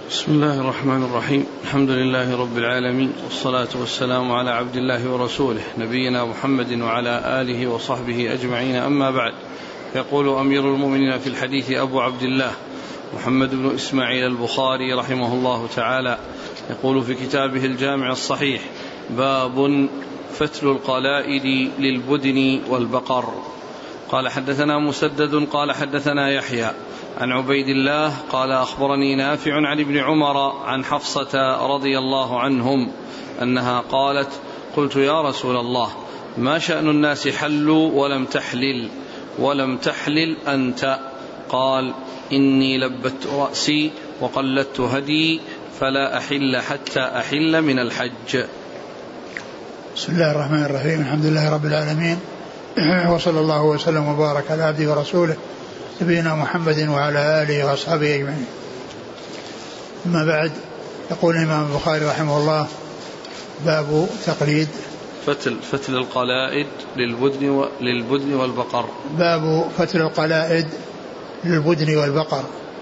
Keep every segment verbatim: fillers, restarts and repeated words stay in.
بسم الله الرحمن الرحيم. الحمد لله رب العالمين، والصلاة والسلام على عبد الله ورسوله نبينا محمد وعلى آله وصحبه أجمعين، أما بعد. يقول أمير المؤمنين في الحديث أبو عبد الله محمد بن إسماعيل البخاري رحمه الله تعالى، يقول في كتابه الجامع الصحيح: باب فتل القلائد للبدن والبقر. قال حدثنا مسدد قال حدثنا يحيى عن عبيد الله قال أخبرني نافع عن ابن عمر عن حفصة رضي الله عنهم أنها قالت: قلت يا رسول الله، ما شأن الناس حلوا ولم تحلل ولم تحلل أنت؟ قال: إني لبت رأسي وقلدت هدي فلا أحل حتى أحل من الحج. بسم الله الرحمن الرحيم. الحمد لله رب العالمين، وصلى الله وسلم وبارك على عبده ورسوله نبينا محمد وعلى آله وأصحابه أجمعين. أما بعد، يقول الإمام البخاري رحمه الله: باب تقليد فتل فتل القلائد للبدن و... للبدن والبقر. باب فتل القلائد للبدن والبقر.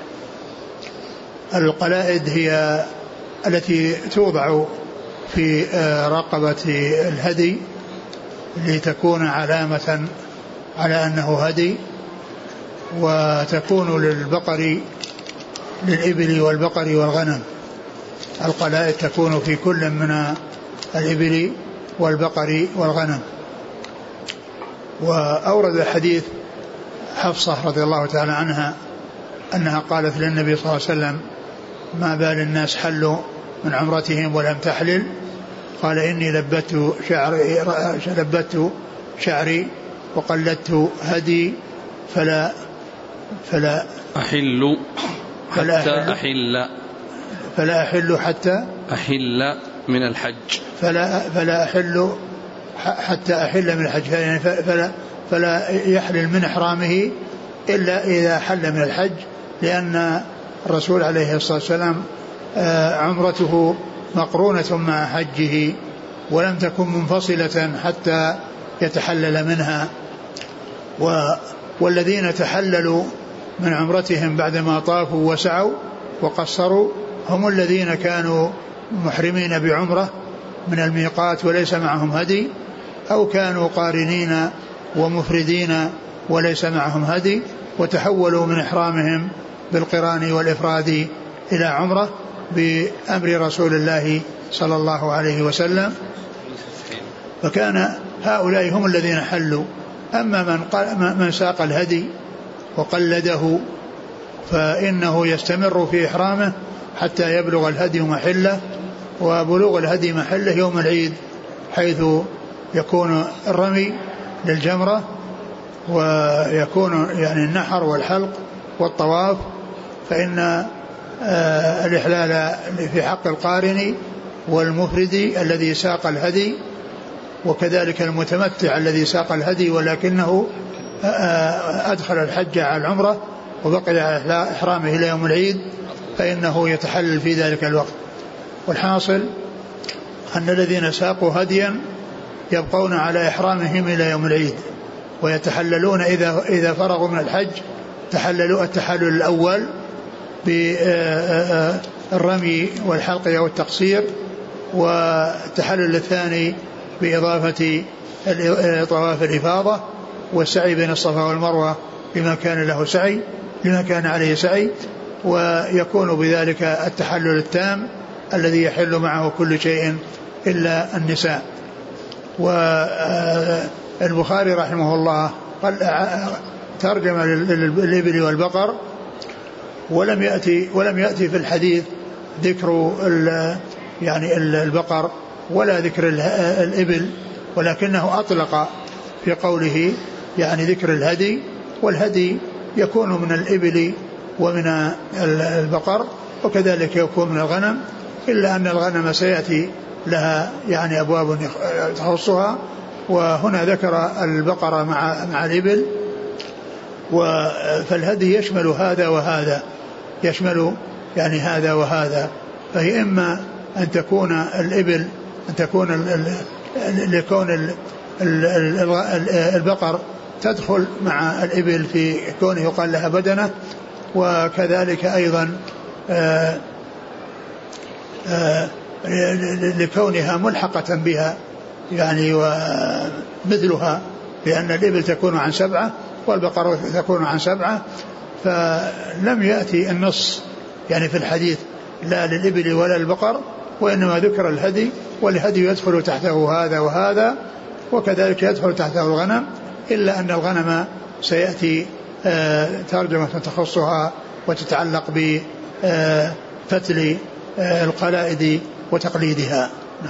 القلائد هي التي توضع في رقبة الهدي لتكون علامة على أنه هدي، وتكون للبقر للإبل والبقر والغنم. القلائد تكون في كل من الإبل والبقر والغنم. وأورد حديث حفصة رضي الله تعالى عنها أنها قالت للنبي صلى الله عليه وسلم: ما بال الناس حلوا من عمرتهم ولم تحلل؟ قال: إني لبت شعري, لبت شعري وقلدت هدي فلا فلا أحل حتى أحل فلا أحل حتى أحل من الحج فلا فلا أحل حتى أحل من الحج، يعني فلا فلا يحلل من إحرامه إلا إذا حل من الحج، لأن الرسول عليه الصلاة والسلام عمرته مقرونة مع حجه ولم تكن منفصلة حتى يتحلل منها. والذين تحللوا من عمرتهم بعدما طافوا وسعوا وقصروا هم الذين كانوا محرمين بعمرة من الميقات وليس معهم هدي، أو كانوا قارنين ومفردين وليس معهم هدي، وتحولوا من إحرامهم بالقران والإفراد إلى عمرة بأمر رسول الله صلى الله عليه وسلم. فكان هؤلاء هم الذين حلوا. أما من, من ساق الهدي وقلده فإنه يستمر في إحرامه حتى يبلغ الهدي محله، وبلوغ الهدي محله يوم العيد، حيث يكون الرمي للجمرة ويكون يعني النحر والحلق والطواف. فإن آه الإحلال في حق القارن والمفرد الذي ساق الهدي، وكذلك المتمتع الذي ساق الهدي ولكنه آه أدخل الحج على العمرة وبقي على إحرامه إلى يوم العيد، فإنه يتحلل في ذلك الوقت. والحاصل أن الذين ساقوا هديا يبقون على إحرامهم إلى يوم العيد، ويتحللون إذا, إذا فرغوا من الحج تحللوا التحلل الأول بالرمي والحلق والتقصير، والتحلل الثاني بإضافة طواف الإفاضة والسعي بين الصفا والمروة لما كان له سعي لما كان عليه سعي، ويكون بذلك التحلل التام الذي يحل معه كل شيء إلا النساء. والبخاري رحمه الله قال ترجم للإبل والبقر، ولم يأتي ولم يأتي في الحديث ذكر يعني البقر ولا ذكر الإبل، ولكنه أطلق في قوله يعني ذكر الهدي، والهدي يكون من الإبل ومن البقر، وكذلك يكون من الغنم، إلا أن الغنم سيأتي لها يعني أبواب تخصها، وهنا ذكر البقرة مع مع الإبل. فالهدي يشمل هذا وهذا، يشمل يعني هذا وهذا، فهي إما أن تكون الإبل أن تكون لكون البقر تدخل مع الإبل في كونه يقال لها بدنة، وكذلك أيضا لكونها ملحقة بها يعني ومثلها، لأن الإبل تكون عن سبعة والبقر تكون عن سبعة، فلم يأتي النص يعني في الحديث لا للإبل ولا للبقر، وإنما ذكر الهدي، والهدي يدخل تحته هذا وهذا، وكذلك يدخل تحته الغنم، إلا أن الغنم سيأتي ترجمة تخصها وتتعلق بفتل القلائد وتقليدها. نعم.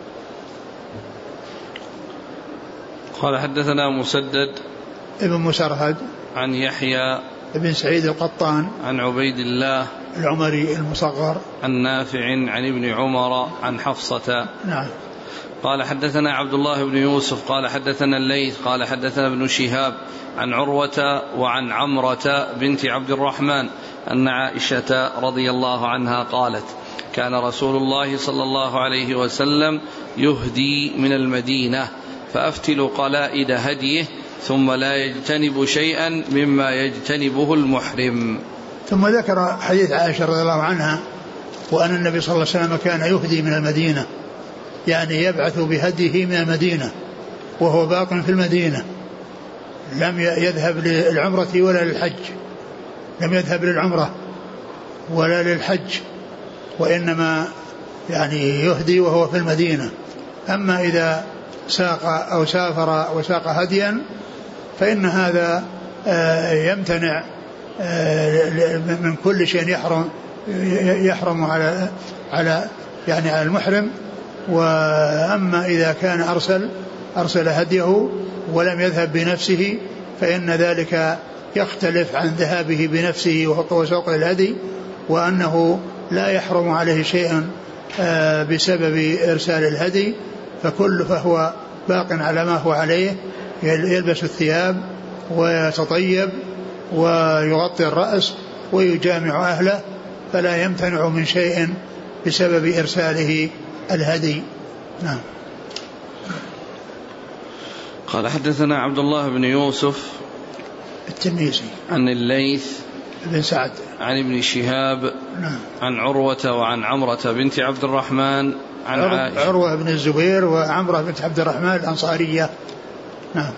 قال حدثنا مسدد ابن مسرهد عن يحيى ابن سعيد القطان عن عبيد الله العمري المصغر عن نافع عن ابن عمر عن حفصة. نعم. قال حدثنا عبد الله بن يوسف قال حدثنا الليث قال حدثنا ابن شهاب عن عروة وعن عمرة بنت عبد الرحمن أن عائشة رضي الله عنها قالت كان رسول الله صلى الله عليه وسلم يهدي من المدينة فأفتل قلائد هديه ثم لا يجتنب شيئا مما يجتنبه المحرم. ثم ذكر حديث عائشة رضي الله عنها وأن النبي صلى الله عليه وسلم كان يهدي من المدينة، يعني يبعث بهديه من المدينة وهو باق في المدينة، لم يذهب للعمرة ولا للحج، لم يذهب للعمرة ولا للحج، وإنما يعني يهدي وهو في المدينة. أما إذا ساق أو سافر وساق هديا فإن هذا يمتنع من كل شيء يحرم يحرم على على يعني على المحرم. وأما إذا كان أرسل أرسل هديه ولم يذهب بنفسه فإن ذلك يختلف عن ذهابه بنفسه وسوق الهدي، وأنه لا يحرم عليه شيئا بسبب إرسال الهدي، فكل فهو باق على ما هو عليه، يلبس الثياب ويتطيب ويغطي الرأس ويجامع أهله، فلا يمتنع من شيء بسبب إرساله الهدي. نعم. قال حدثنا عبد الله بن يوسف التنيسي عن الليث بن سعد عن ابن شهاب نعم. عن عروة وعن عمرة بنت عبد الرحمن عن عائشة. عروة بن الزبير وعمرة بنت عبد الرحمن الأنصارية. نعم.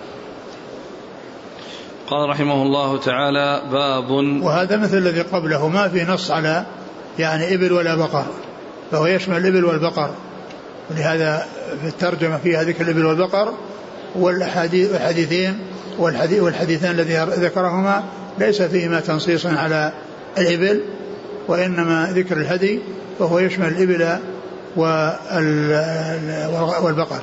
قال رحمه الله تعالى باب، وهذا مثل الذي قبله ما في نص على يعني إبل ولا بقر، فهو يشمل الإبل والبقر، ولهذا في الترجمة فيها ذكر الإبل والبقر، والحديثين والحديثان الذي ذكرهما ليس فيهما تنصيص على الإبل، وإنما ذكر الهدي، فهو يشمل الإبل والبقر.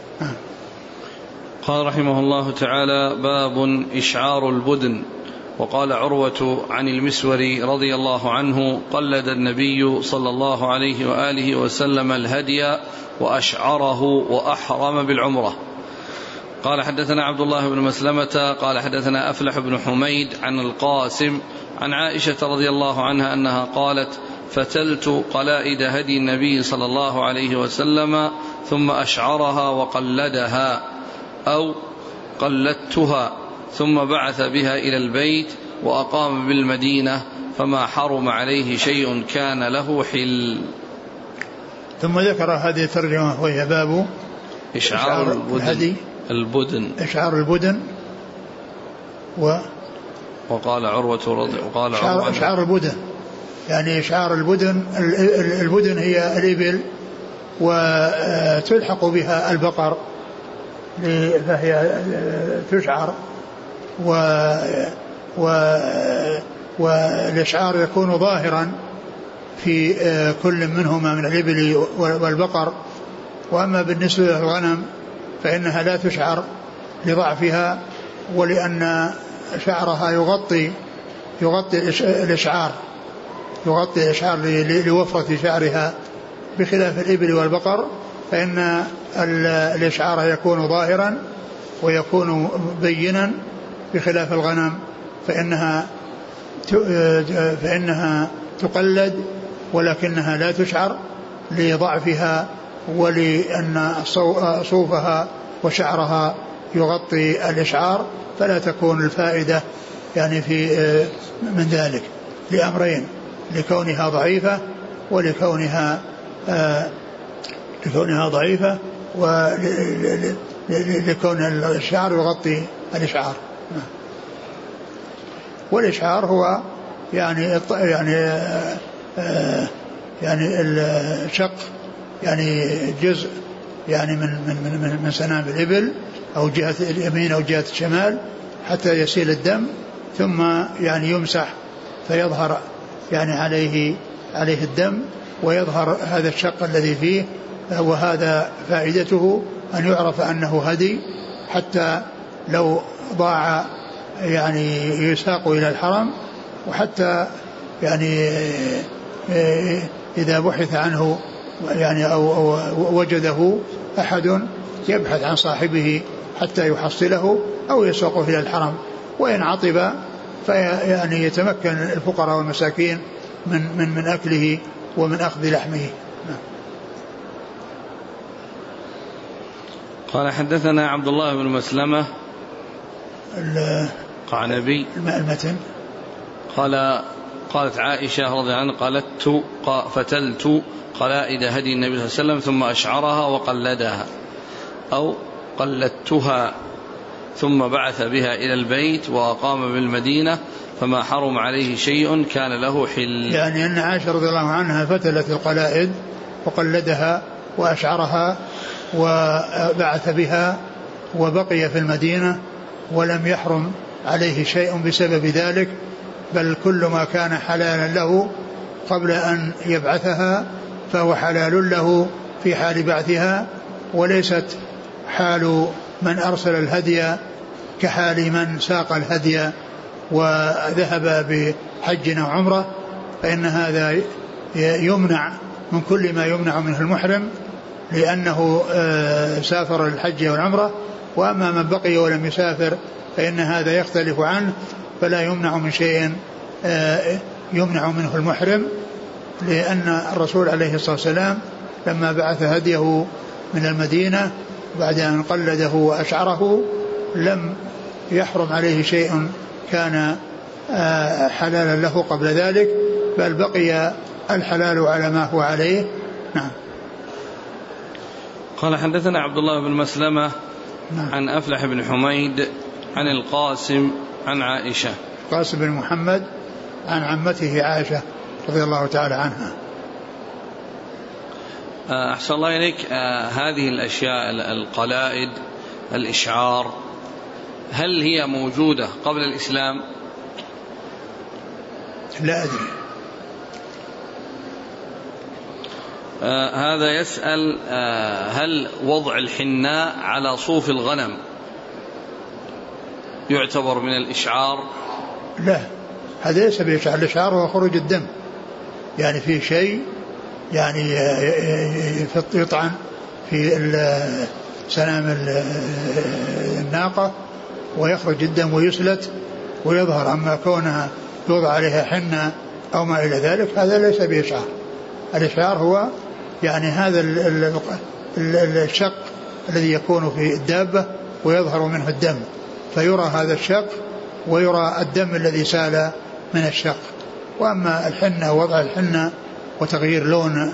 قال رحمه الله تعالى باب إشعار البدن. وقال عروة عن المسوري رضي الله عنه قلد النبي صلى الله عليه وآله وسلم الهدي وأشعره وأحرم بالعمرة. قال حدثنا عبد الله بن مسلمة قال حدثنا أفلح بن حميد عن القاسم عن عائشة رضي الله عنها أنها قالت فتلت قلائد هدي النبي صلى الله عليه وسلم ثم أشعرها وقلدها أو قلدتها ثم بعث بها إلى البيت وأقام بالمدينة فما حرم عليه شيء كان له حل. ثم ذكر هذه الترجمة وهي باب إشعار البدن, البدن إشعار البدن و وقال عروة رضي وقال إشعار, إشعار البدن يعني إشعار البدن. البدن هي الإبل وتلحق بها البقر فهي تشعر، و والإشعار يكون ظاهرا في كل منهما من الإبل والبقر. وأما بالنسبة للغنم فإنها لا تشعر لضعفها، ولأن شعرها يغطي يغطي الإشعار يغطي الإشعار لوفرة شعرها، بخلاف الإبل والبقر فإن الإشعار يكون ظاهرا ويكون بينا، بخلاف الغنم فإنها فإنها تقلد ولكنها لا تشعر لضعفها، ولأن صوفها وشعرها يغطي الإشعار، فلا تكون الفائدة يعني في من ذلك لأمرين: لكونها ضعيفة ولكونها لكونها ضعيفة ولكون الشعر يغطي الإشعار. والإشعار هو يعني يعني يعني الشق يعني جزء يعني من من من من سنام الإبل أو جهة اليمين أو جهة الشمال حتى يسيل الدم ثم يعني يمسح فيظهر يعني عليه عليه الدم ويظهر هذا الشق الذي فيه. وهذا فائدته أن يعرف أنه هدي حتى لو ضاع يعني يساق إلى الحرم، وحتى يعني إذا بحث عنه يعني أو, أو وجده أحد يبحث عن صاحبه حتى يحصله أو يسوقه إلى الحرم. وإن عطب فيعني يتمكن الفقراء والمساكين من, من, من أكله ومن أخذ لحمه. قال حدثنا عبد الله بن مسلمة قعنبي المتن قال قالت عائشة رضي الله عنها قالت فتلت قلائد هدي النبي صلى الله عليه وسلم ثم أشعرها وقلدها أو قلدتها ثم بعث بها إلى البيت وأقام بالمدينة فما حرم عليه شيء كان له حل. يعني أن عائشة رضي الله عنها فتلت القلائد وقلدها وأشعرها وبعث بها وبقي في المدينة ولم يحرم عليه شيء بسبب ذلك، بل كل ما كان حلالا له قبل أن يبعثها فهو حلال له في حال بعثها، وليست حال من أرسل الهدي كحال من ساق الهدي وذهب بحج أو عمرة، فإن هذا يمنع من كل ما يمنع منه المحرم لأنه سافر الحج والعمرة. وأما من بقي ولم يسافر فإن هذا يختلف عنه، فلا يمنع من شيء يمنع منه المحرم، لأن الرسول عليه الصلاة والسلام لما بعث هديه من المدينة بعد أن قلده وأشعره لم يحرم عليه شيء كان حلالا له قبل ذلك، بل بقي الحلال على ما هو عليه. نعم. قال حدثنا عبد الله بن مسلمة نعم. عن أفلح بن حميد عن القاسم عن عائشة قاسم بن محمد عن عمته عائشة رضي الله تعالى عنها. أحسن الله إليك. آه هذه الأشياء القلائد الإشعار هل هي موجودة قبل الإسلام؟ لا أدري. آه هذا يسأل آه هل وضع الحناء على صوف الغنم يعتبر من الإشعار؟ لا، هذا ليس بإشعار. الإشعار هو خروج الدم، يعني في شيء يعني يطعن في سنام الناقة ويخرج الدم ويسلت ويظهر. أما كونها يوضع عليها حنة أو ما إلى ذلك هذا ليس بإشعار. الإشعار هو يعني هذا الشق الذي يكون في الدابة ويظهر منه الدم، فيرى هذا الشق ويرى الدم الذي سال من الشق. وأما الحنة ووضع الحنة وتغيير لون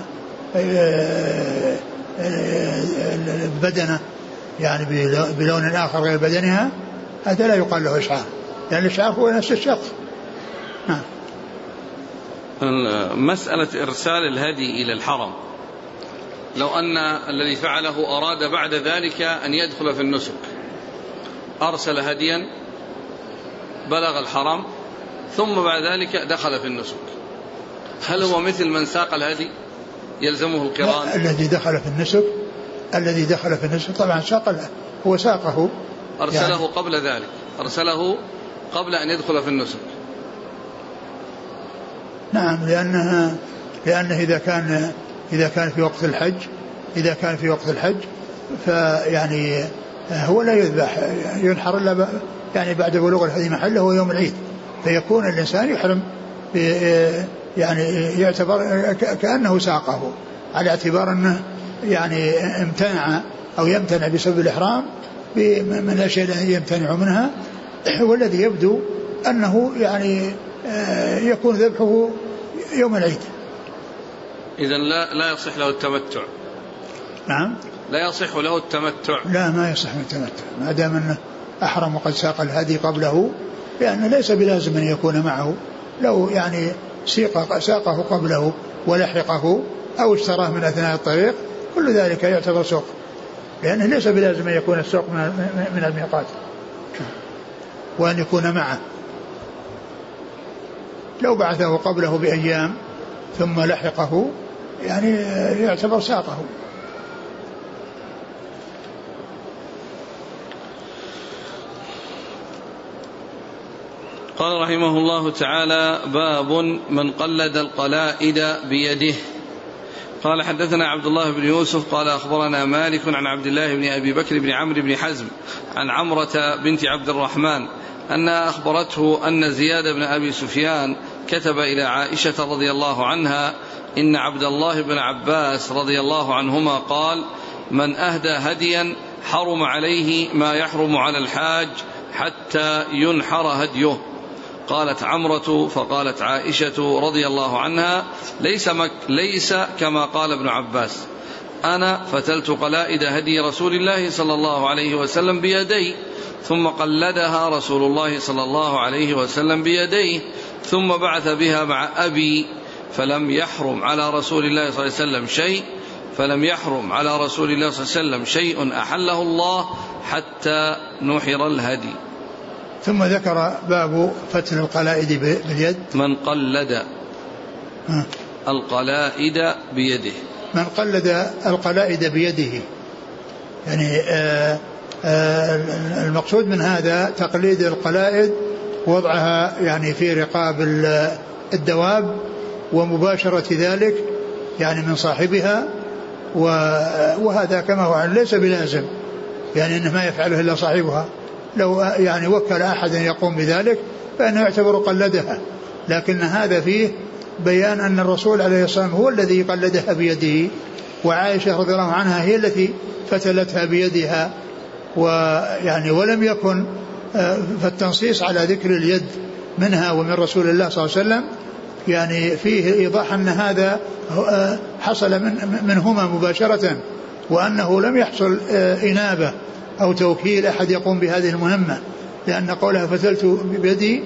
البدنة يعني بلون آخر غير بدنها هذا لا يقال له إشعار، لأن يعني الإشعار هو نفس الشق. نعم. مسألة إرسال الهدي إلى الحرم، لو أن الذي فعله أراد بعد ذلك أن يدخل في النسك، أرسل هديا بلغ الحرم ثم بعد ذلك دخل في النسك، هل هو مثل من ساق الهدي يلزمه القران؟ الذي دخل في النسك الذي دخل في النسك طبعا ساق له، هو ساقه، أرسله يعني قبل ذلك، أرسله قبل أن يدخل في النسك. نعم، لأنها لأنه إذا كان إذا كان في وقت الحج إذا كان في وقت الحج فيعني هو لا يذبح ينحر إلا يعني بعد بلوغ الهدي محله هو يوم العيد، فيكون الإنسان يحرم يعني يعتبر كأنه ساقه، على اعتبار أنه يعني امتنع أو يمتنع بسبب الإحرام من الأشياء التي يمتنع منها، والذي يبدو أنه يعني يكون ذبحه يوم العيد. إذن لا, لا يصح له التمتع. نعم لا يصح له التمتع. لا ما يصح من التمتع ما دام أنه أحرم وقد ساق الهدي قبله، لأنه ليس بلازم أن يكون معه. لو يعني ساقه قبله ولحقه أو اشتراه من أثناء الطريق كل ذلك يعتبر سوق، لأنه ليس بلازم أن يكون السوق من الميقات وأن يكون معه. لو بعثه قبله بأيام ثم لحقه يعني يعتبر ساقه. قال رحمه الله تعالى: باب من قلد القلائد بيده. قال: حدثنا عبد الله بن يوسف قال أخبرنا مالك عن عبد الله بن أبي بكر بن عمرو بن حزم عن عمرة بنت عبد الرحمن أنها أخبرته أن زياد بن أبي سفيان كتب إلى عائشة رضي الله عنها: إن عبد الله بن عباس رضي الله عنهما قال: من أهدى هديا حرم عليه ما يحرم على الحاج حتى ينحر هديه. قالت عمرة فقالت عائشة رضي الله عنها: ليس, مك ليس كما قال ابن عباس، أنا فتلت قلائد هدي رسول الله صلى الله عليه وسلم بيدي، ثم قلدها رسول الله صلى الله عليه وسلم بيديه، ثم بعث بها مع أبي، فلم يحرم على رسول الله صلى الله عليه وسلم شيء فلم يحرم على رسول الله صلى الله عليه وسلم شيء أحله الله حتى نحر الهدي. ثم ذكر باب فتل القلائد باليد. من قلد القلائد بيده. من قلد القلائد بيده يعني آآ آآ المقصود من هذا تقليد القلائد، وضعها يعني في رقاب الدواب ومباشرة ذلك يعني من صاحبها، وهذا كما هو ليس بلازم يعني إنه ما يفعله إلا صاحبها. لو يعني وكل أحد يقوم بذلك فإنه يعتبر قلدها، لكن هذا فيه بيان أن الرسول عليه الصلاة والسلام هو الذي قلدها بيده، وعائشة رضي الله عنها هي التي فتلتها بيدها، ويعني ولم يكن فالتنصيص على ذكر اليد منها ومن رسول الله صلى الله عليه وسلم يعني فيه إيضاح أن هذا حصل من منهما مباشرة، وأنه لم يحصل إنابة أو توكيل أحد يقوم بهذه المهمة، لأن قولها فتلت بيدي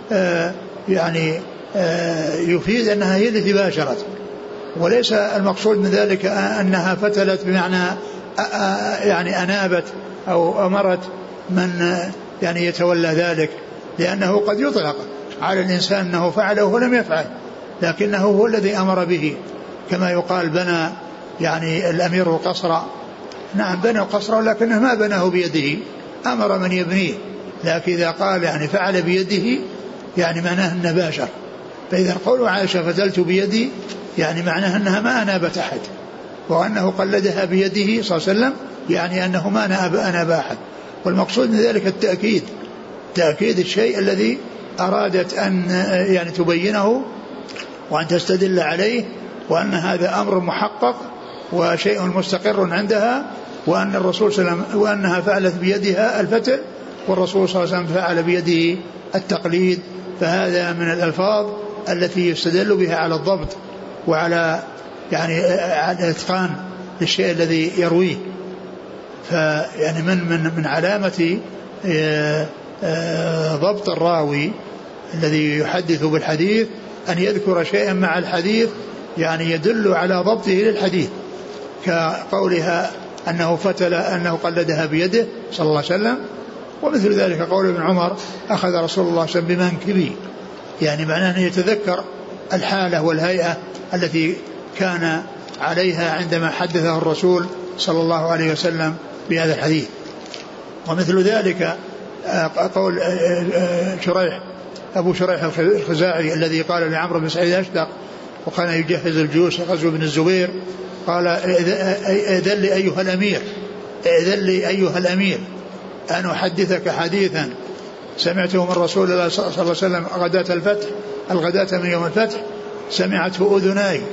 يعني يفيد أنها هي التي باشرت، وليس المقصود من ذلك أنها فتلت بمعنى يعني أنابت أو أمرت من يعني يتولى ذلك، لأنه قد يطلق على الإنسان أنه فعله ولم يفعل، لكنه هو الذي أمر به، كما يقال بنى يعني الأمير القصر، نعم بنى القصر لكنه ما بناه بيده، أمر من يبنيه، لكن إذا قال يعني فعل بيده يعني معناه أنه باشر. فإذا قول عائشة فتلت بيدي يعني معناه أنها ما أنابت أحد، وأنه قلدها بيده صلى الله عليه وسلم يعني أنه ما أناب أحد. والمقصود من ذلك التأكيد، تأكيد الشيء الذي أرادت أن يعني تبينه وأن تستدل عليه، وأن هذا أمر محقق وشيء مستقر عندها، وأن الرسول صلى الله عليه وسلم وأنها فعلت بيدها الفتل، والرسول صلى الله عليه وسلم فعل بيده التقليد. فهذا من الألفاظ التي يستدل بها على الضبط وعلى يعني على الإتقان للشيء الذي يرويه. فيعني من من من علامة ضبط الراوي الذي يحدث بالحديث أن يذكر شيئا مع الحديث يعني يدل على ضبطه للحديث، كقولها أنه فتل أنه قلدها بيده صلى الله عليه وسلم، ومثل ذلك قول ابن عمر أخذ رسول الله صلى الله عليه وسلم بمنكبي، يعني معناه أن يتذكر الحالة والهيئة التي كان عليها عندما حدثه الرسول صلى الله عليه وسلم بهذا الحديث. ومثل ذلك قول شريح أبو شريح الخزاعي الذي قال لعمرو بن سعيد أشدق وكان يجهز الجيوش غزو بن الزبير، قال إذن لي أيها الأمير إذن لي أيها الأمير أن أحدثك حديثا سمعته من رسول الله صلى الله عليه وسلم غداة الفتح الغداة من يوم الفتح، سمعته أذناي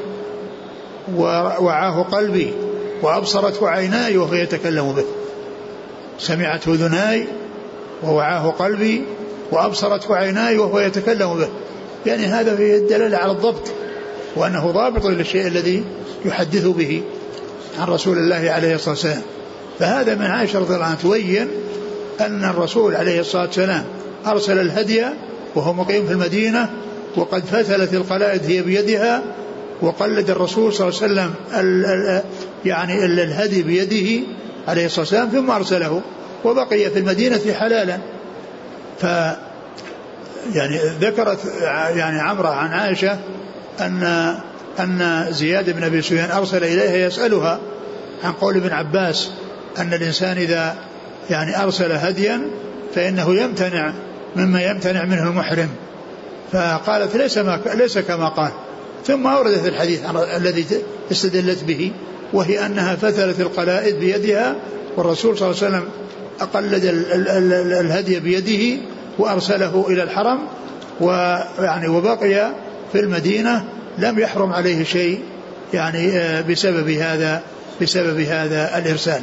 ووعاه قلبي وأبصرته عيناي وهو يتكلم به. سمعته أذناي ووعاه قلبي وأبصرته عيناي وهو يتكلم به، يعني هذا فيه الدلالة على الضبط وأنه ضابط للشيء الذي يحدث به عن رسول الله عليه الصلاة والسلام. فهذا من عائشة رضي الله عنها تبين أن الرسول عليه الصلاة والسلام أرسل الهدي وهو مقيم في المدينة وقد فتلت القلائد هي بيدها، وقلد الرسول صلى الله عليه وسلم ال ال يعني الهدي بيده عليه الصلاة والسلام ثم أرسله وبقي في المدينة حلالا. ف يعني ذكرت يعني عمرة عن عائشة أن أن زياد بن أبي سفيان أرسل إليها يسألها عن قول ابن عباس أن الإنسان إذا يعني أرسل هديا فإنه يمتنع مما يمتنع منه المحرم، فقالت ليس, ما ليس كما قال. ثم أوردت الحديث الذي استدلت به، وهي أنها فتلت القلائد بيدها والرسول صلى الله عليه وسلم أقلد الهدي بيده وأرسله إلى الحرم ويعني وبقي في المدينة لم يحرم عليه شيء يعني بسبب هذا بسبب هذا الإرسال.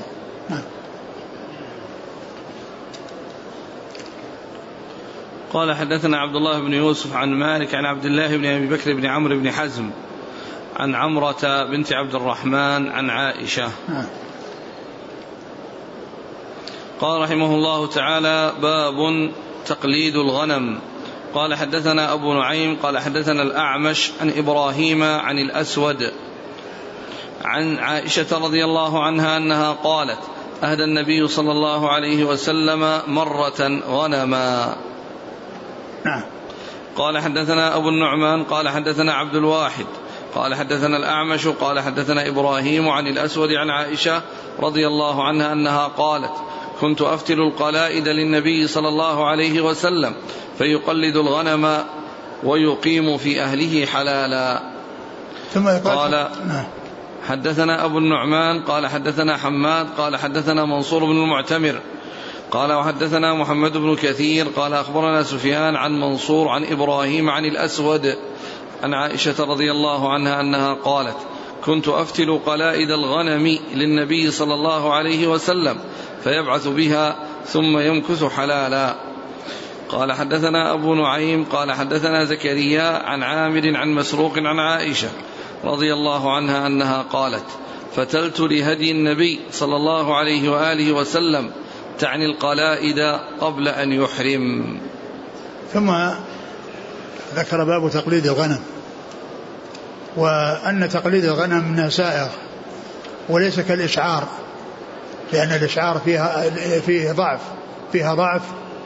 قال حدثنا عبد الله بن يوسف عن مالك عن عبد الله بن أبي بكر بن عمرو بن حزم عن عمرة بنت عبد الرحمن عن عائشة. قال رحمه الله تعالى: باب تقليد الغنم. قال حدثنا أبو نعيم قال حدثنا الأعمش عن إبراهيم عن الأسود عن عائشة رضي الله عنها أنها قالت: أهدى النبي صلى الله عليه وسلم مرة غنما. نعم. قال حدثنا أبو النعمان قال حدثنا عبد الواحد قال حدثنا الأعمش قال حدثنا إبراهيم عن الأسود عن عائشة رضي الله عنها أنها قالت: كنت أفتل القلائد للنبي صلى الله عليه وسلم فيقلد الغنم ويقيم في أهله حلالا. ثم قال حدثنا أبو النعمان قال حدثنا حماد قال حدثنا منصور بن المعتمر قال وحدثنا محمد بن كثير قال أخبرنا سفيان عن منصور عن إبراهيم عن الأسود عن عائشة رضي الله عنها أنها قالت: كنت أفتل قلائد الغنم للنبي صلى الله عليه وسلم فيبعث بها ثم يمكث حلالا. قال حدثنا أبو نعيم قال حدثنا زكريا عن عامر عن مسروق عن عائشة رضي الله عنها أنها قالت: فتلت لهدي النبي صلى الله عليه وآله وسلم تعني القلائد قبل أن يحرم. ثم ذكر باب تقليد الغنم، وأن تقليد الغنم من سائغ وليس كالإشعار، لأن الإشعار فيها فيه ضعف فيها ضعف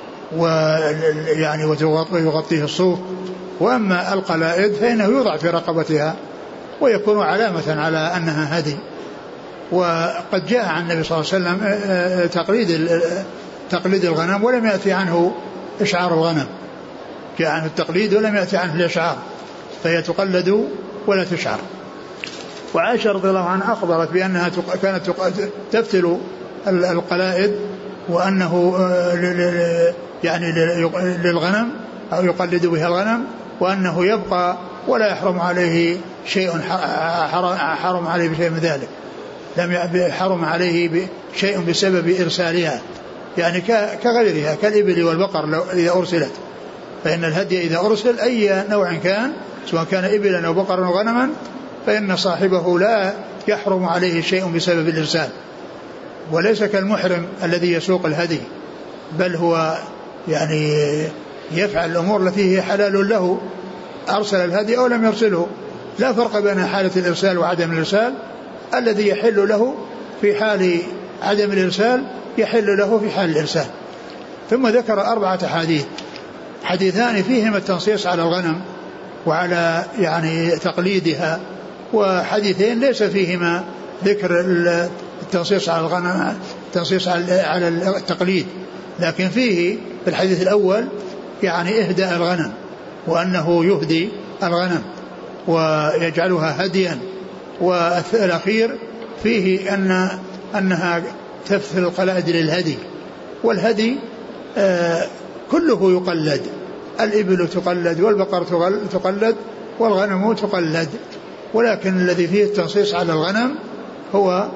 ويعني ويغطيه الصوف. وأما القلائد فإنه يوضع في رقبتها ويكون علامة على أنها هدي. وقد جاء عن النبي صلى الله عليه وسلم تقليد تقليد الغنم ولم يأتي عنه إشعار الغنم، جاء عنه التقليد ولم يأتي عنه الإشعار، فهي تقلد ولا تشعر. وعائشة رضي الله عنها أخبرت بأنها كانت تفتل القلائد وأنه يعني للغنم أو يقلد بها الغنم، وأنه يبقى ولا يحرم عليه شيء حرم عليه بشيء من ذلك، لم يحرم عليه شيء بسبب إرسالها، يعني كغيرها كالإبل والبقر إذا أرسلت، فإن الهدي إذا أرسل أي نوع كان سواء كان إبلا أو بقرا أو غنما فإن صاحبه لا يحرم عليه شيء بسبب الإرسال. وليس كالمحرم الذي يسوق الهدي، بل هو يعني يفعل الأمور التي هي حلال له، أرسل الهدي أو لم يرسله، لا فرق بين حالة الإرسال وعدم الإرسال. الذي يحل له في حال عدم الإرسال يحل له في حال الإرسال. ثم ذكر أربعة حديث، حديثان فيهما التنصيص على الغنم وعلى يعني تقليدها، وحديثين ليس فيهما ذكر التنصيص على الغنم التنصيص على التقليد، لكن فيه في الحديث الأول يعني إهداء الغنم، وأنه يهدي الغنم ويجعلها هديا. والأخير فيه أن أنها تفتل القلائد للهدي، والهدي آه كله يقلد، الإبل تقلد والبقر تقلد والغنم تقلد، ولكن الذي فيه التنصيص على الغنم هو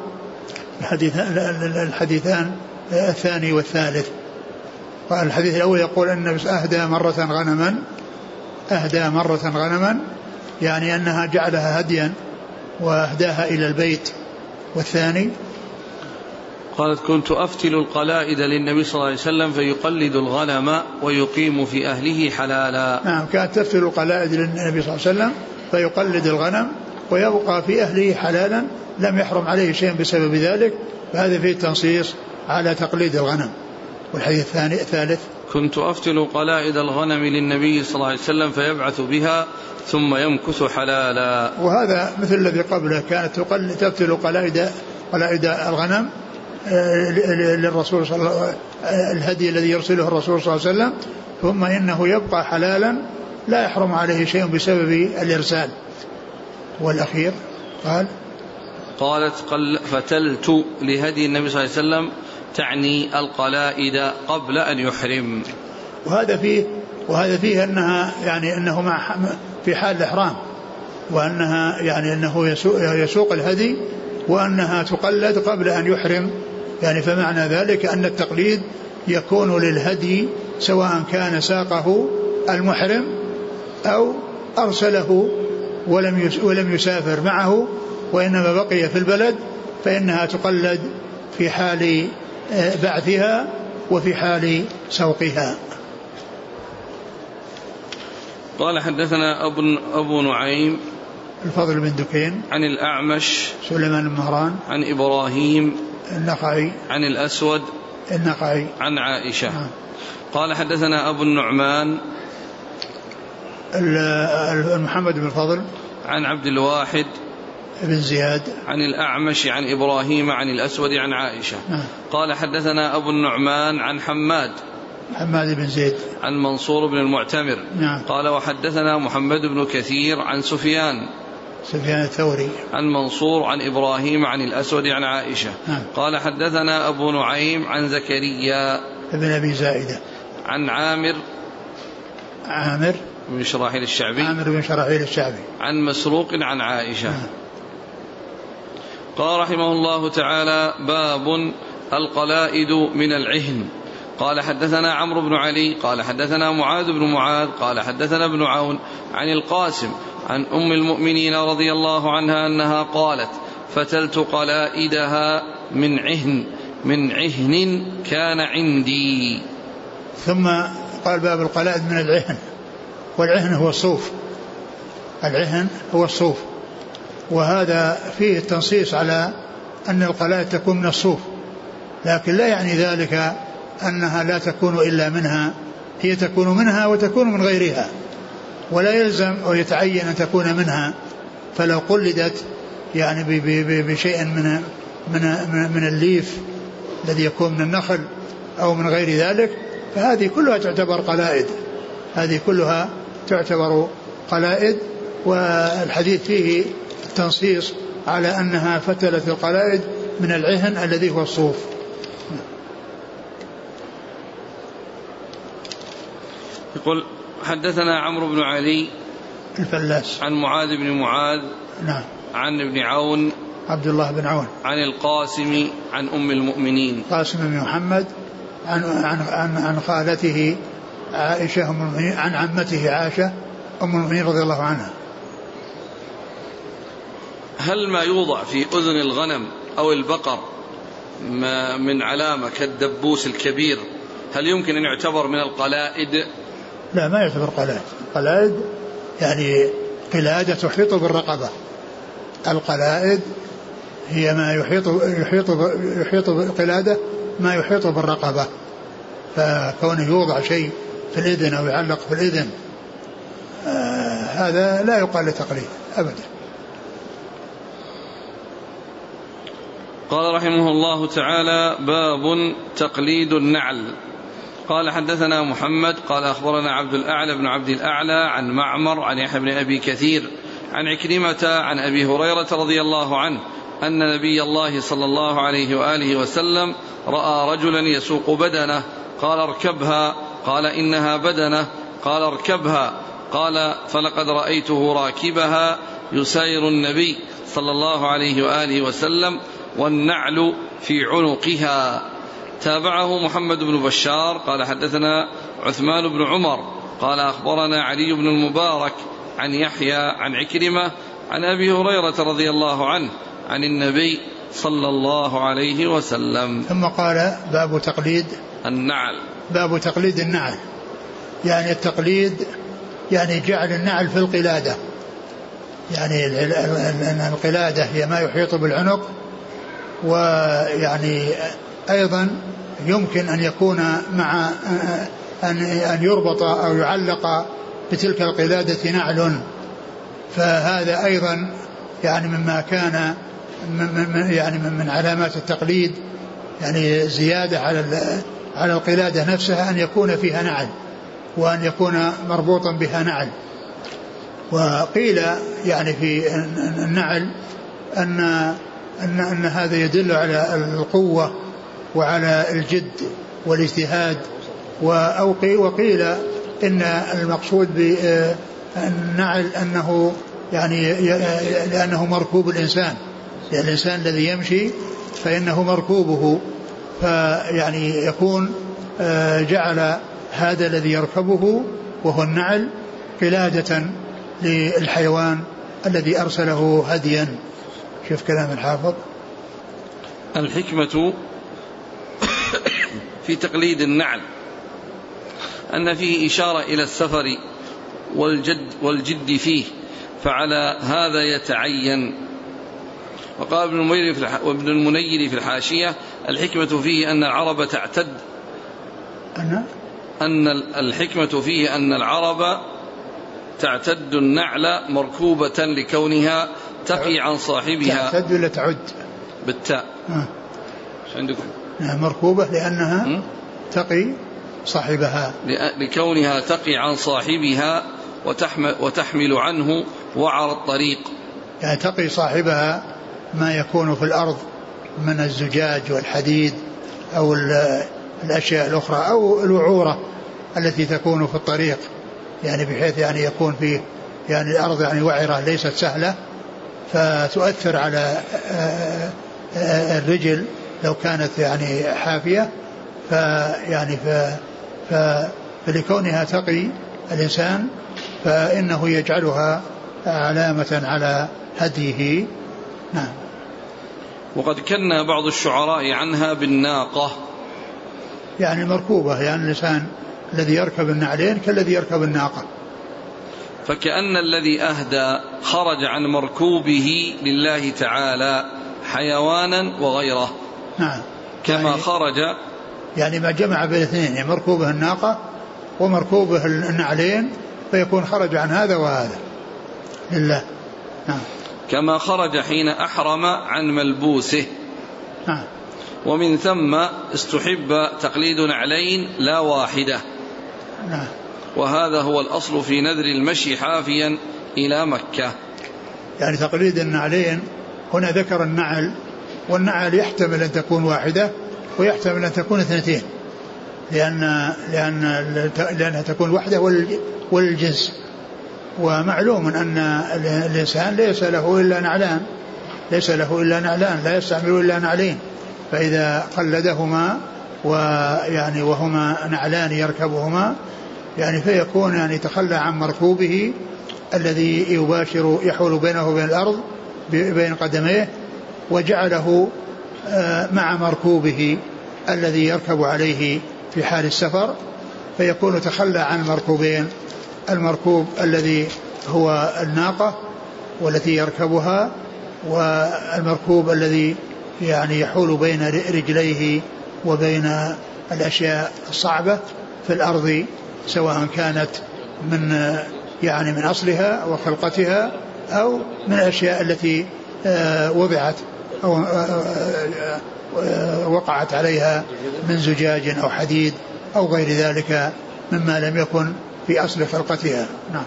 الحديثان الثاني والثالث. الحديث الأول يقول أن أهدى مرة غنما أهدى مرة غنما يعني أنها جعلها هديا وأهداها إلى البيت. والثاني قالت كنت أفتل القلائد للنبي صلى الله عليه وسلم فيقلد الغنم ويقيم في أهله حلالا. نعم كانت تفتل القلائد للنبي صلى الله عليه وسلم فيقلد الغنم ويبقى في أهله حلالا لم يحرم عليه شيء بسبب ذلك، فهذا فيه تنصيص على تقليد الغنم. والحديث الثاني الثالث كنت أفتل قلائد الغنم للنبي صلى الله عليه وسلم فيبعث بها ثم يمكث حلالا. وهذا مثل الذي قبله، كانت تفتل قلائد قلائد الغنم للرسول صلى الله عليه وسلم، الهدي الذي يرسله الرسول صلى الله عليه وسلم، ثم إنه يبقى حلالا لا يحرم عليه شيء بسبب الإرسال. والأخير قال قالت قل فتلت لهدي النبي صلى الله عليه وسلم تعني القلائد قبل أن يحرم. وهذا فيه وهذا فيه أنها يعني أنه مع في حال الإحرام، وأنها يعني أنه يسوق, يسوق الهدي وأنها تقلد قبل أن يحرم. يعني فمعنى ذلك أن التقليد يكون للهدي سواء كان ساقه المحرم أو أرسله ولم ولم يسافر معه وإنما بقي في البلد، فإنها تقلد في حال بعثها وفي حال سوقها. قال حدثنا أبو, أبو نعيم الفضل بن دكين عن الأعمش سليمان المهران عن إبراهيم النخعي عن الأسود النخعي عن عائشة. آه. قال حدثنا أبو النعمان محمد بن الفضل عن عبد الواحد بن زياد عن الأعمش عن إبراهيم عن الأسود عن عائشة. آه. قال حدثنا أبو النعمان عن حماد حماد بن زيد عن منصور بن المعتمر. نعم. قال وحدثنا محمد بن كثير عن سفيان سفيان الثوري عن منصور عن إبراهيم عن الأسود عن عائشة. نعم. قال حدثنا أبو نعيم عن زكريا ابن أبي زائدة عن عامر عامر بن شراحيل الشعبي عامر بن شراحيل الشعبي عن مسروق عن عائشة. نعم. قال رحمه الله تعالى باب القلائد من العهن. قال حدثنا عمرو بن علي قال حدثنا معاذ بن معاذ قال حدثنا ابن عون عن القاسم عن أم المؤمنين رضي الله عنها أنها قالت فتلت قلائدها من عهن من عهن كان عندي. ثم قال باب القلائد من العهن، والعهن هو الصوف، العهن هو الصوف، وهذا فيه التنصيص على أن القلائد تكون من الصوف، لكن لا يعني ذلك أنها لا تكون إلا منها، هي تكون منها وتكون من غيرها، ولا يلزم أو يتعين أن تكون منها. فلو قلدت يعني بشيء من من من الليف الذي يكون من النخل أو من غير ذلك فهذه كلها تعتبر قلائد، هذه كلها تعتبر قلائد. والحديث فيه التنصيص على أنها فتلت القلائد من العهن الذي هو الصوف. يقول حدثنا عمرو بن علي الفلاس عن معاذ بن معاذ نعم عن ابن عون عبد الله بن عون عن القاسم عن أم المؤمنين قاسم بن محمد عن, عن, عن, عن خالته عائشة أم المؤمنين عن عمته عائشة أم المؤمنين رضي الله عنها. هل ما يوضع في أذن الغنم أو البقر ما من علامة كالدبوس الكبير هل يمكن أن يعتبر من القلائد؟ لا ما يعتبر قلائد. قلائد يعني قلادة تحيط بالرقبة، القلائد هي ما يحيط يحيط يحيط بالقلادة ما يحيط بالرقبة، فكونه يوضع شيء في الإذن أو يعلق في الإذن آه هذا لا يقال لتقليد أبدا. قال رحمه الله تعالى باب تقليد النعل. قال حدثنا محمد قال أخبرنا عبد الأعلى بن عبد الأعلى عن معمر عن يحيى بن أبي كثير عن عكرمة عن أبي هريرة رضي الله عنه أن نبي الله صلى الله عليه وآله وسلم رأى رجلا يسوق بدنه قال اركبها، قال إنها بدنه، قال اركبها، قال فلقد رأيته راكبها يساير النبي صلى الله عليه وآله وسلم والنعل في عنقها. تابعه محمد بن بشار قال حدثنا عثمان بن عمر قال أخبرنا علي بن المبارك عن يحيى عن عكرمة عن أبي هريرة رضي الله عنه عن النبي صلى الله عليه وسلم. ثم قال باب تقليد النعل. باب تقليد النعل، يعني التقليد يعني جعل النعل في القلادة، يعني القلادة هي ما يحيط بالعنق، ويعني أيضا يمكن أن يكون مع أن يربط أو يعلق بتلك القلادة نعل، فهذا أيضا يعني مما كان يعني من علامات التقليد، يعني زيادة على على القلادة نفسها أن يكون فيها نعل وأن يكون مربوطا بها نعل. وقيل يعني في النعل أن أن أن هذا يدل على القوة وعلى الجد والاجتهاد، وقيل إن المقصود بالنعل أنه يعني لأنه مركوب الإنسان، يعني الإنسان الذي يمشي فإنه مركوبه، فيعني يكون جعل هذا الذي يركبه وهو النعل قلادة للحيوان الذي أرسله هديا. شوف كلام الحافظ. الحكمة في تقليد النعل أن فيه إشارة إلى السفر والجد, والجد فيه، فعلى هذا يتعين. وقال ابن المنير في وابن المنير في الحاشية: الحكمة فيه أن العرب تعتد أن أن الحكمة فيه أن العرب تعتد النعل مركوبة لكونها تقي عن صاحبها. تعتد ولا تعد؟ بالتاء. آه. عندكم مركوبة لأنها م? تقي صاحبها، لكونها تقي عن صاحبها وتحمل, وتحمل عنه وعر الطريق، يعني تقي صاحبها ما يكون في الأرض من الزجاج والحديد أو الأشياء الأخرى أو الوعورة التي تكون في الطريق، يعني بحيث يعني يكون فيه يعني الأرض يعني وعرة ليست سهلة، فتؤثر على الرجل لو كانت يعني حافية، فيعني فلكونها تقي الإنسان فإنه يجعلها علامة على هديه. نعم. وقد كنا بعض الشعراء عنها بالناقة، يعني مركوبة، يعني الإنسان الذي يركب النعلين كالذي يركب الناقة. فكأن الذي أهدى خرج عن مركوبه لله تعالى حيوانا وغيره. نعم. كما يعني خرج، يعني ما جمع بين الاثنين، يعني مركوبه الناقة ومركوبه النعلين، فيكون خرج عن هذا وهذا لله. نعم. كما خرج حين أحرم عن ملبوسه. نعم. ومن ثم استحب تقليد نعلين لا واحدة. نعم. وهذا هو الأصل في نذر المشي حافيا إلى مكة. يعني تقليد النعلين هنا ذكر النعل، والنعل يحتمل أن تكون واحدة ويحتمل أن تكون اثنتين، لأن لأن لأنها تكون واحدة والجنس. ومعلوم أن الإنسان ليس له إلا نعلان، ليس له إلا نعلان، لا يستعمل إلا نعلين، فإذا قلدهما ويعني وهما نعلان يركبهما يعني فيكون يعني تخلى عن مركوبه الذي يباشر يحول بينه وبين الأرض بين قدميه، وجعله مع مركوبه الذي يركب عليه في حال السفر، فيكون تخلى عن المركوبين، المركوب الذي هو الناقة والتي يركبها، والمركوب الذي يعني يحول بين رجليه وبين الأشياء الصعبة في الأرض، سواء كانت من يعني من أصلها وخلقتها أو من الأشياء التي وضعت أو وقعت عليها من زجاج أو حديد أو غير ذلك مما لم يكن في أصل خلقتها. نعم.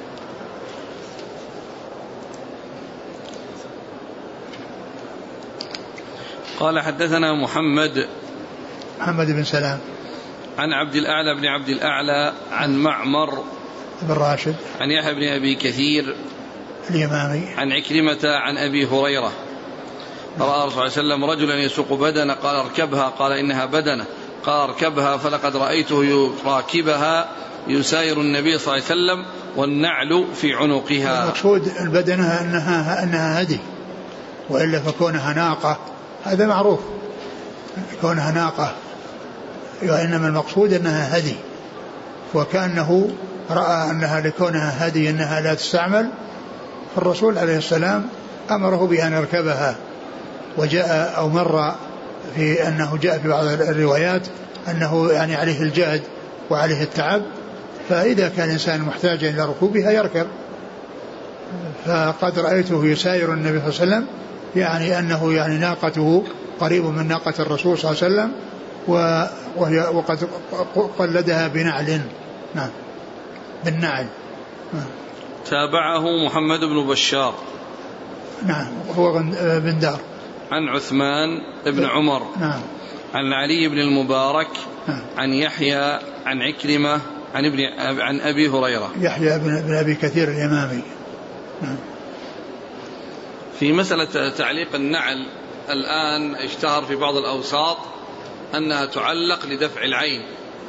قال حدثنا محمد محمد بن سلام عن عبد الأعلى بن عبد الأعلى عن معمر بن راشد عن يحيى بن أبي كثير اليمامي عن عكرمة عن أبي هريرة رأى الرسول صلى الله عليه وسلم رجلا يسوق بدنة، قال اركبها، قال إنها بدنة، قال اركبها فلقد رأيته راكبها يساير النبي صلى الله عليه وسلم والنعل في عنقها. المقصود البدنة أنها, أنها هدي، وإلا فكونها ناقة هذا معروف، كونها ناقة، وإنما المقصود أنها هدي، وكأنه رأى أنها لكونها هدي أنها لا تستعمل، فالرسول عليه السلام أمره بأن يركبها. وجاء أو مر في أنه جاء في بعض الروايات أنه يعني عليه الجهد وعليه التعب، فإذا كان الإنسان محتاجا إلى ركوبها يركب. فقد رأيته يساير النبي صلى الله عليه وسلم، يعني أنه يعني ناقته قريب من ناقة الرسول صلى الله عليه وسلم، وهي وقد قلدها بنعل، نعم بالنعل. نعم. تابعه محمد بن بشار، نعم هو بن دار، عن عثمان بن عمر، نعم عن علي بن المبارك، نعم عن يحيى عن عكرمة عن ابن عن أبي هريرة. يحيى بن أبي كثير الإمامي. نعم. في مسألة تعليق النعل الآن اشتهر في بعض الأوساط أنها تعلق لدفع العين،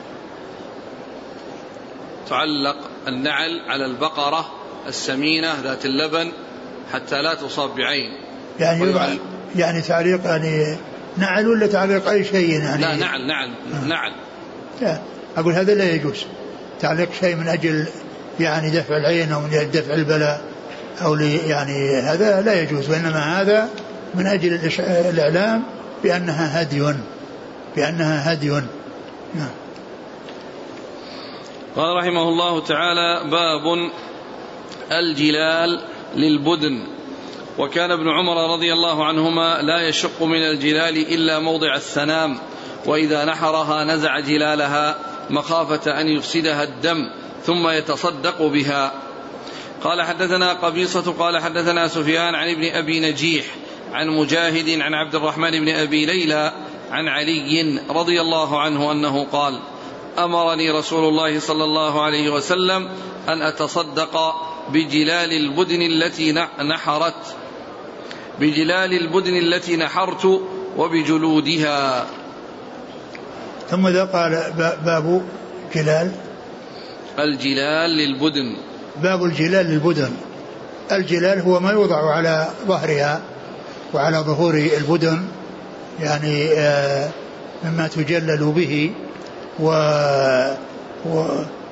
تعلق النعل على البقرة السمينة ذات اللبن حتى لا تصاب بعين. يعني ويعلق. يعني تعليق يعني نعل ولا تعليق أي شيء يعني؟ لا نعل نعل آه. نعل. لا أقول هذا لا يجوز، تعليق شيء من أجل يعني دفع العين أو من أجل دفع البلاء أو يعني هذا لا يجوز، وإنما هذا من أجل الإعلام بأنها هدي، بأنها هدي. نعم. قال رحمه الله تعالى: باب الجلال للبدن. وكان ابن عمر رضي الله عنهما لا يشق من الجلال إلا موضع السنام، وإذا نحرها نزع جلالها مخافة أن يفسدها الدم ثم يتصدق بها. قال حدثنا قبيصة قال حدثنا سفيان عن ابن أبي نجيح عن مجاهد عن عبد الرحمن بن أبي ليلى عن علي رضي الله عنه أنه قال: أمرني رسول الله صلى الله عليه وسلم أن أتصدق بجلال البدن التي نحرت بجلال البدن التي نحرت وبجلودها. ثم ذا قال باب جلال الجلال للبدن. باب الجلال للبدن. الجلال هو ما يوضع على ظهرها وعلى ظهور البدن، يعني مما تجلل به. و و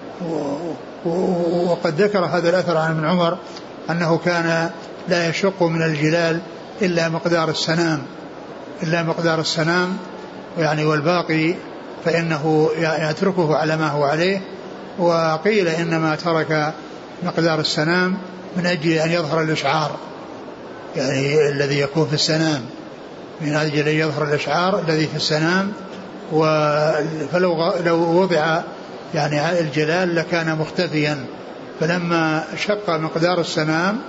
وقد ذكر هذا الأثر عن ابن عمر أنه كان لا يشق من الجلال إلا مقدار السنام إلا مقدار السنام يعني، والباقي فإنه يتركه على ما هو عليه. وقيل إنما ترك مقدار السنام من أجل أن يظهر الإشعار، يعني الذي يكون في السنام، من أجل أن يظهر الإشعار الذي في السنام. فلو لو وضع يعني الجلال لكان مختفيا، فلما شق مقدار السنام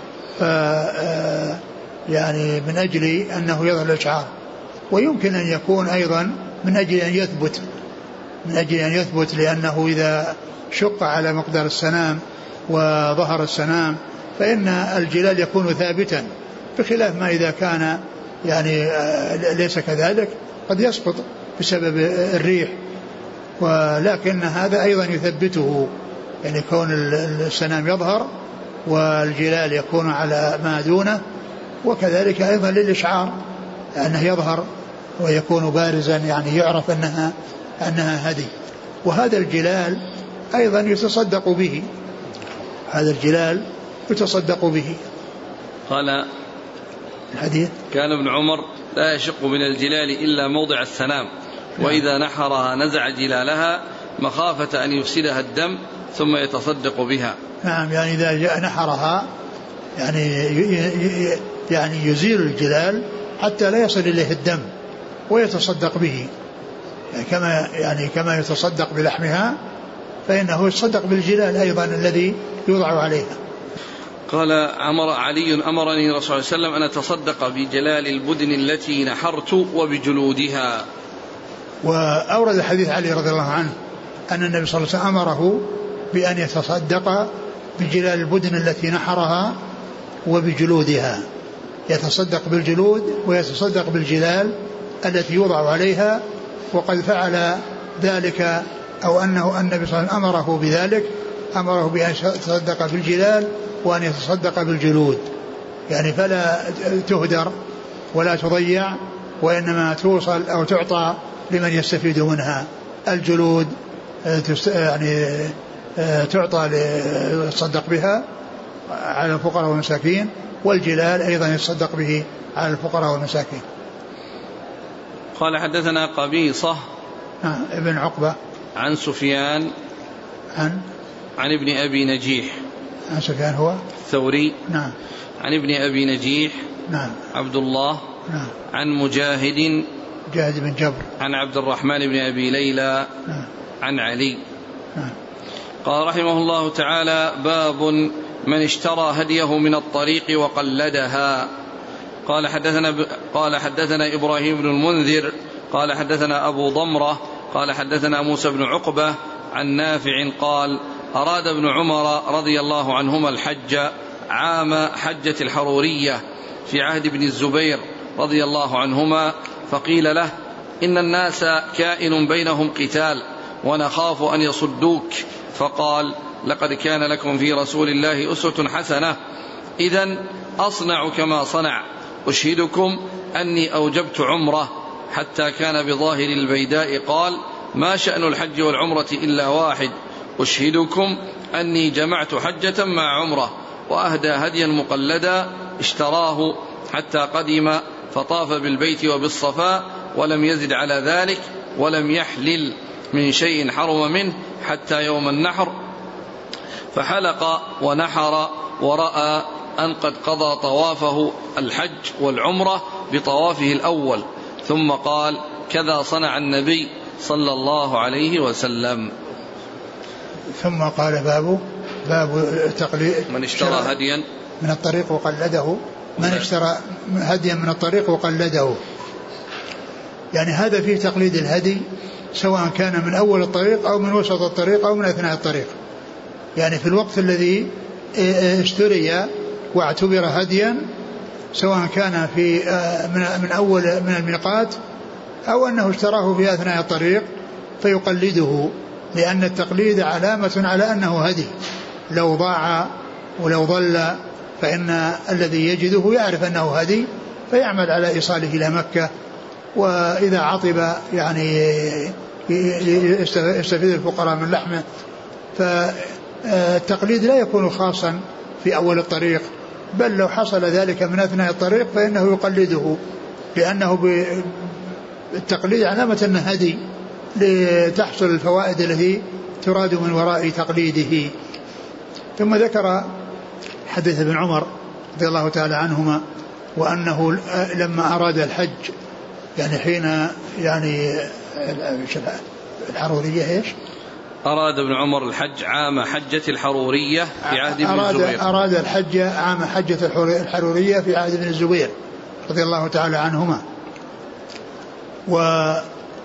يعني من أجل أنه يظهر الإشعار. ويمكن أن يكون أيضا من أجل أن يثبت من أجل أن يثبت لأنه إذا شق على مقدار السنام وظهر السنام فإن الجلال يكون ثابتا، بخلاف ما إذا كان يعني ليس كذلك قد يسقط بسبب الريح. ولكن هذا أيضا يثبته، يعني كون السنام يظهر والجلال يكون على ما دونه، وكذلك أيضا للإشعار أنه يظهر ويكون بارزا، يعني يعرف أنها أنها هدي. وهذا الجلال أيضا يتصدق به، هذا الجلال يتصدق به. قال الحديث: كان ابن عمر لا يشق من الجلال إلا موضع السنام، وإذا نحرها نزع جلالها مخافة أن يفسدها الدم ثم يتصدق بها. نعم، يعني إذا جاء نحرها يعني يعني يزيل الجلال حتى لا يصل إليه الدم ويتصدق به، يعني كما يعني كما يتصدق بلحمها فإنه يتصدق بالجلال أيضا الذي يوضع عليها. قال: أمر علي أمرني رسول الله صلى الله عليه وسلم أن أتصدق بجلال البدن التي نحرت وبجلودها. وأورد الحديث علي رضي الله عنه أن النبي صلى الله عليه وسلم أمره بأن يتصدق بجلال البدن التي نحرها وبجلودها، يتصدق بالجلود ويتصدق بالجلال التي يوضع عليها وقد فعل ذلك أو أنه النبي صلى الله عليه وسلم أمره بذلك، أمره بأن يتصدق بالجلال وأن يتصدق بالجلود، يعني فلا تهدر ولا تضيع، وإنما توصل أو تعطى لمن يستفيد منها. الجلود يعني تعطى ليتصدق بها على الفقراء والمساكين، والجلال أيضا يتصدق به على الفقراء والمساكين. قال حدثنا قبيصة ابن عقبة عن سفيان عن عن ابن أبي نجيح. عن سفيان هو الثوري. نعم. عن ابن أبي نجيح. نعم. عبد الله. نعم. عن مجاهد مجاهد بن جبر عن عبد الرحمن بن أبي ليلى. نعم. عن علي. نعم. قال رحمه الله تعالى: باب من اشترى هديه من الطريق وقلدها. قال حدثنا ب... قال حدثنا إبراهيم بن المنذر قال حدثنا أبو ضمرة قال حدثنا موسى بن عقبة عن نافع قال: أراد ابن عمر رضي الله عنهما الحج عام حجة الحرورية في عهد ابن الزبير رضي الله عنهما، فقيل له: إن الناس كائن بينهم قتال ونخاف أن يصدوك، فقال: لقد كان لكم في رسول الله أسوة حسنة، إذن أصنع كما صنع، أشهدكم أني أوجبت عمرة، حتى كان بظاهر البيداء قال: ما شأن الحج والعمرة إلا واحد، أشهدكم أني جمعت حجة مع عمرة، وأهدى هديا مقلدا اشتراه حتى قدم فطاف بالبيت وبالصفاء ولم يزد على ذلك، ولم يحلل من شيء حرم منه حتى يوم النحر، فحلق ونحر ورأى أن قد قضى طوافه الحج والعمرة بطوافه الأول، ثم قال: كذا صنع النبي صلى الله عليه وسلم. ثم قال: باب باب تقليد من اشترى هديا من الطريق وقلده. من اشترى هديا من الطريق وقلده، يعني هذا فيه تقليد الهدي، سواء كان من أول الطريق أو من وسط الطريق أو من أثناء الطريق، يعني في الوقت الذي اشتري واعتبر هديا، سواء كان في من أول من الميقات أو أنه اشتراه في أثناء الطريق فيقلده، لأن التقليد علامة على أنه هدي. لو ضاع ولو ضل فإن الذي يجده يعرف أنه هدي فيعمل على إيصاله إلى مكة، وإذا عطب يعني يستفيد الفقراء من لحمه. فالتقليد لا يكون خاصا في أول الطريق، بل لو حصل ذلك من أثناء الطريق فإنه يقلده، لأنه بالتقليد علامة أنه هدي لتحصل الفوائد التي تراد من وراء تقليده. ثم ذكر حديث ابن عمر رضي الله تعالى عنهما، وأنه لما أراد الحج يعني حين يعني الحرورية إيش؟ أراد ابن عمر الحج عام حجة الحرورية في عهد ابن الزبير. أراد الحج عام حجة الحرورية في عهد ابن الزبير رضي الله تعالى عنهما. وقال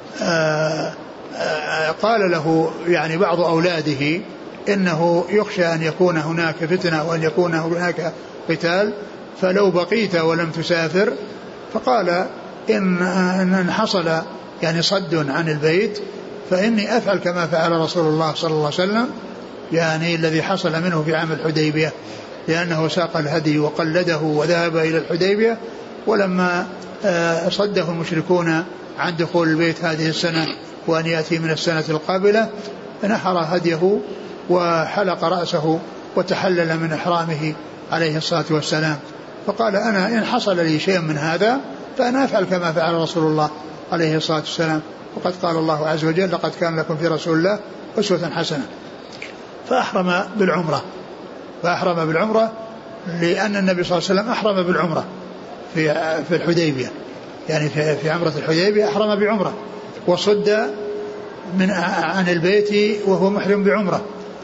له يعني بعض أولاده إنه يخشى أن يكون هناك فتنة وأن يكون هناك قتال، فلو بقيت ولم تسافر، فقال إن, إن حصل يعني صد عن البيت فإني أفعل كما فعل رسول الله صلى الله عليه وسلم، يعني الذي حصل منه في عام الحديبية، لأنه ساق الهدي وقلده وذهب إلى الحديبية، ولما صده المشركون عن دخول البيت هذه السنة وأن يأتي من السنة القابلة، نحر هديه وحلق رأسه وتحلل من إحرامه عليه الصلاة والسلام، فقال: أنا إن حصل لي شيء من هذا فأنا أفعل كما فعل رسول الله عليه الصلاة والسلام، وقد قال الله عز وجل: لقد كان لكم في رسول الله أسوة حسنة. فأحرم بالعمرة فأحرم بالعمرة لأن النبي صلى الله عليه وسلم أحرم بالعمرة في في الحديبية، يعني في في عمرة الحديبية أحرم بعمرة، وصد من عن البيت وهو محرم بعمرة،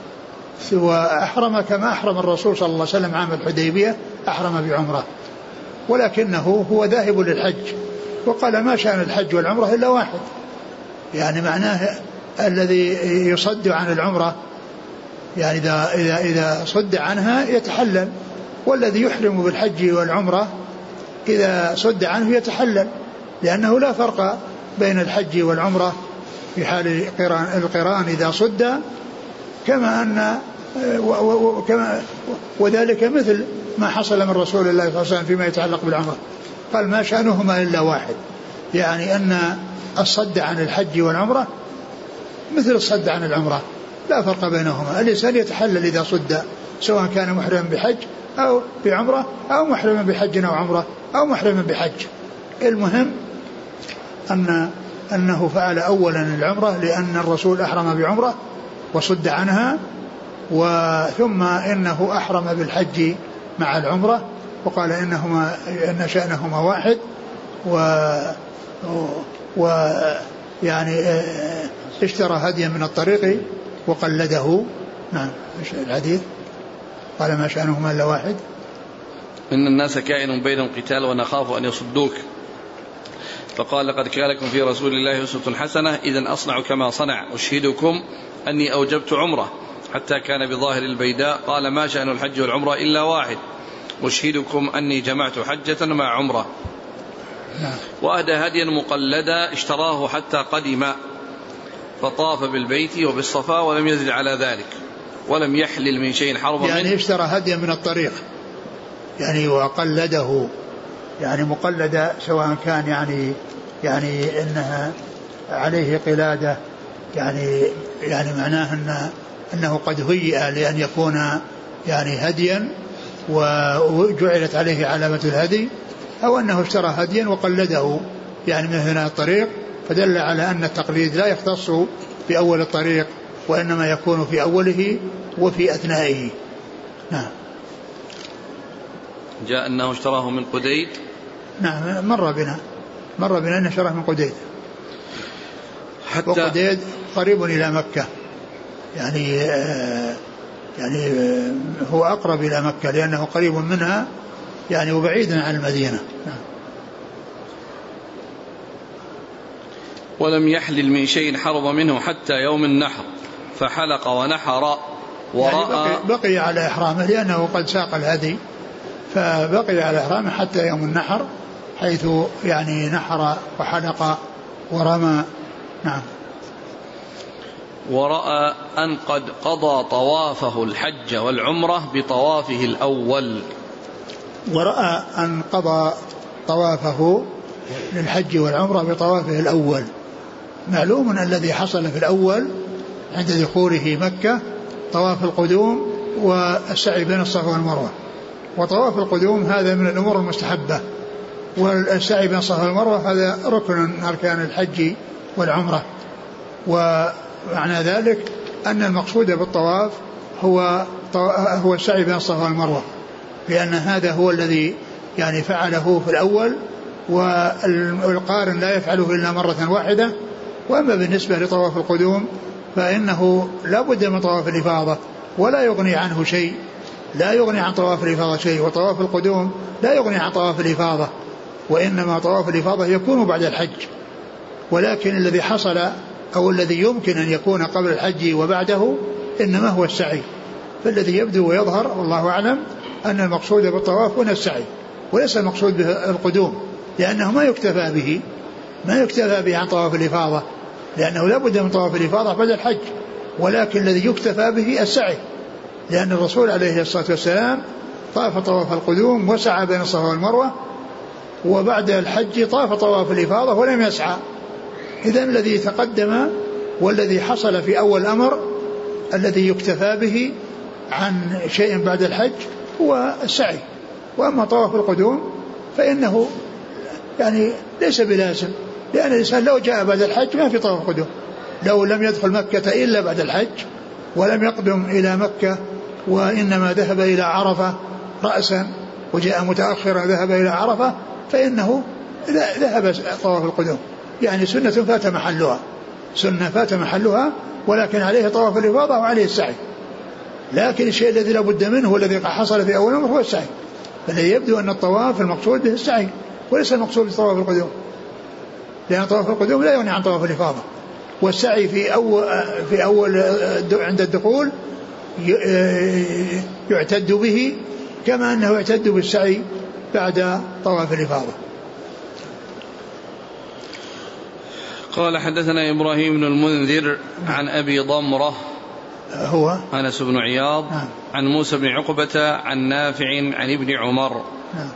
وأحرم كما أحرم الرسول صلى الله عليه وسلم عام الحديبية، أحرم بعمرة، ولكنه هو ذاهب للحج، وقال: ما شأن الحج والعمرة إلا واحد، يعني معناه الذي يصد عن العمرة يعني إذا, إذا, إذا صد عنها يتحلل، والذي يحرم بالحج والعمرة إذا صد عنه يتحلل، لأنه لا فرق بين الحج والعمرة في حال القران إذا صد، كما أن وكما وذلك مثل ما حصل من رسول الله صلى الله عليه وسلم فيما يتعلق بالعمرة، قال ما شأنهما إلا واحد، يعني أن الصد عن الحج والعمرة مثل الصد عن العمرة لا فرق بينهما. الإنسان يتحلل إذا صد سواء كان محرما بحج أو بعمرة أو محرما بحج أو عمرة أو محرما بحج. المهم أن أنه فعل أولا العمرة لأن الرسول أحرم بعمرة وصد عنها، وثم إنه أحرم بالحج مع العمرة وقال إنهما إن شأنهما واحد، و, و يعني اشترى هديا من الطريق وقلده. نعم الحديث قال ما شأنهما إلا واحد، إن الناس كائن بينهم قتال ونخاف أن يصدوك، فقال لقد كان لكم في رسول الله أسوة حسنة، إذن أصنع كما صنع، أشهدكم أني أوجبت عمرة حتى كان بظاهر البيداء، قال ما شأن الحج والعمرة إلا واحد، أشهدكم أني جمعت حجة مع عمرة. وأهدى هديا مقلدا اشتراه حتى قدم فطاف بالبيت وبالصفا ولم يزد على ذلك ولم يحلل من شيء حرم منه، يعني اشترى هديا من الطريق يعني وقلده، يعني مقلدة سواء كان يعني يعني إنها عليه قلادة، يعني يعني معناه أنه, أنه قد هيئ لأن يكون يعني هديا وجعلت عليه علامة الهدي، أو أنه اشترى هديا وقلده يعني من هنا الطريق، فدل على أن التقليد لا يختص في أول الطريق وإنما يكون في أوله وفي أثنائه. نعم. جاء أنه اشتراه من قديد. نعم مر بنا مر بنا أنه اشتراه من قديد، حتى وقديد قريب إلى مكة، يعني يعني هو أقرب إلى مكة لأنه قريب منها يعني وبعيدا عن المدينة. نعم. ولم يحلل من شيء حرم منه حتى يوم النحر فحلق ونحر ورأى يعني بقي, بقي على إحرامه لأنه قد ساق الهدي، فبقي على إحرامه حتى يوم النحر حيث يعني نحر وحلق ورمى. نعم. ورأى أن قد قضى طوافه الحج والعمرة بطوافه الأول. ورأى أن قضى طوافه للحج والعمرة بطوافه الأول. معلوم الذي حصل في الأول عند دخوله مكة طواف القدوم والسعي بين الصفا والمروة، وطواف القدوم هذا من الأمور المستحبة، والسعي بين الصفا والمروة هذا ركن من أركان الحج والعمرة. ومعنى ذلك أن المقصود بالطواف هو هو السعي بين الصفا والمروة، لأن هذا هو الذي يعني فعله في الأول، والقارن لا يفعله إلا مرة واحدة. وأما بالنسبة لطواف القدوم فإنه لا بد من طواف الإفاضة ولا يغني عنه شيء، لا يغني عن طواف الإفاضة شيء، وطواف القدوم لا يغني عن طواف الإفاضة، وإنما طواف الإفاضة يكون بعد الحج. ولكن الذي حصل أو الذي يمكن أن يكون قبل الحج وبعده إنما هو السعي. فالذي يبدو ويظهر والله أعلم أن المقصود بالطواف هنا السعي وليس المقصود به القدوم، لأنه ما يكتفى به ما يكتفى به عن طواف الإفاضة، لأنه لا بد من طواف الإفاضة بعد الحج، ولكن الذي يكتفى به السعي، لأن الرسول عليه الصلاة والسلام طاف طواف القدوم وسعى بين الصفا والمروة، وبعد الحج طاف طواف الإفاضة ولم يسعى. إذن الذي تقدم والذي حصل في أول أمر الذي يكتفى به عن شيء بعد الحج هو السعي. وأما طواف القدوم فإنه يعني ليس بلازم، لأن الإنسان لو جاء بعد الحج ما في طواف القدوم، لو لم يدخل مكة إلا بعد الحج ولم يقدم إلى مكة وإنما ذهب إلى عرفة رأسا وجاء متأخرا ذهب إلى عرفة فإنه ذهب طواف القدوم، يعني سنة فات محلها سنة فات محلها ولكن عليه طواف الإفاضة وعليه السعي. لكن الشيء الذي لا بد منه والذي حصل في أول أمر هو السعي، فالذي يبدو أن الطواف المقصود به السعي وليس المقصود بطواف القدوم، لأن طواف القدوم لا يغني عن طواف الإفاضة. والسعي في أول, في أول عند الدخول يعتد به كما أنه يعتد بالسعي بعد طواف الإفاضة. قال حدثنا إبراهيم بن المنذر عن أبي ضمرة هو أنس بن عياض نعم. عن موسى بن عقبة عن نافع عن ابن عمر نعم.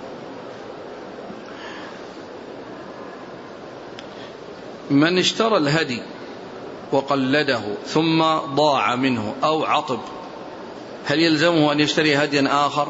من اشترى الهدي وقلده ثم ضاع منه أو عطب هل يلزمه أن يشتري هديا آخر؟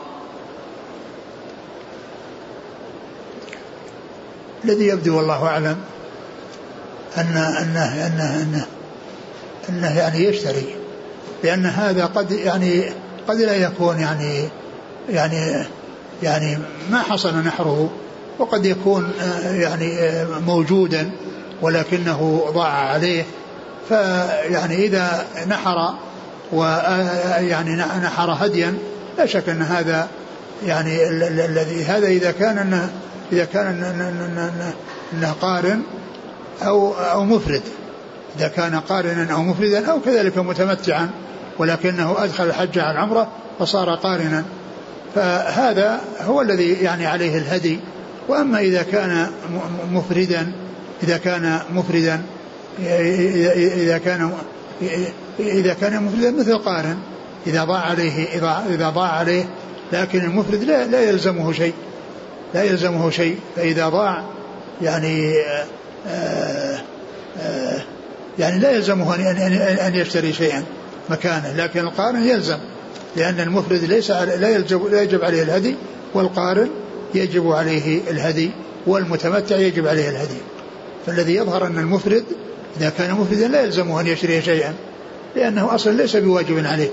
الذي يبدو والله أعلم أن أنه أنه أنه, أنه يعني يشتري، لأن هذا قد يعني قد لا يكون يعني يعني يعني ما حصل نحره، وقد يكون يعني موجودا ولكنه ضاع عليه. فيعني إذا نحر ويعني نحر هديا لا شك أن هذا يعني الذي هذا إذا كان أنه إذا كان أنه قارن أو أو مفرد، إذا كان قارنا أو مفردا أو كذلك متمتعا ولكنه أدخل الحج على العمرة فصار قارنا، فهذا هو الذي يعني عليه الهدي. وأما إذا كان مفردا إذا كان مفردا إذا كان إذا كان مفردا مثل قارن إذا ضاع عليه إذا ضاع عليه لكن المفرد لا لا يلزمه شيء لا يلزمه شيء فإذا ضاع يعني آآ آآ يعني لا يلزمه أن يشتري شيئا مكانه، لكن القارن يلزم، لأن المفرد ليس لا يلزم لا يجب عليه الهدي، والقارن يجب عليه الهدي، والمتمتع يجب عليه الهدي. فالذي يظهر أن المفرد إذا كان مفردا لا يلزمه أن يشتري شيئا، لأنه أصلا ليس بواجب عليه.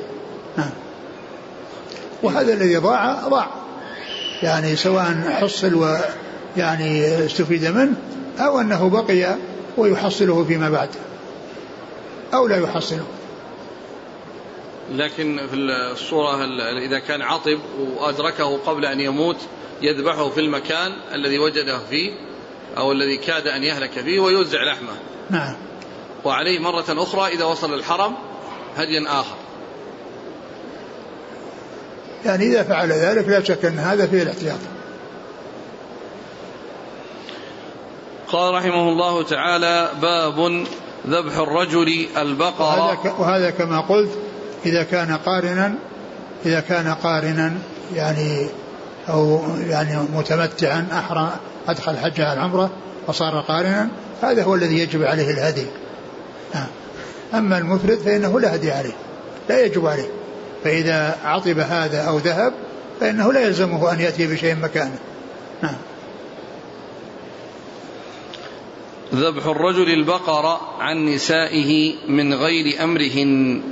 وهذا الذي ضاع ضاع يعني سواء حصل ويعني استفيد منه أو أنه بقي ويحصله فيما بعد أو لا يحصله. لكن في الصورة إذا كان عطب وأدركه قبل أن يموت يذبحه في المكان الذي وجده فيه أو الذي كاد أن يهلك فيه ويوزع لحمه. نعم. وعليه مرة أخرى إذا وصل الحرم هديا آخر. يعني إذا فعل ذلك لا شك أن هذا فيه الاحتياط. قال رحمه الله تعالى: باب ذبح الرجل البقرة. وهذا, وهذا كما قلت إذا كان قارنا إذا كان قارنا يعني أو يعني متمتعا أحرى أدخل الحج على العمرة وصار قارنا، هذا هو الذي يجب عليه الهدي. أما المفرد فإنه لا هدي عليه لا يجب عليه، فإذا عطب هذا أو ذهب فإنه لا يلزمه أن يأتي بشيء مكانه. نعم. ذبح الرجل البقرة عن نسائه من غير أمرهن.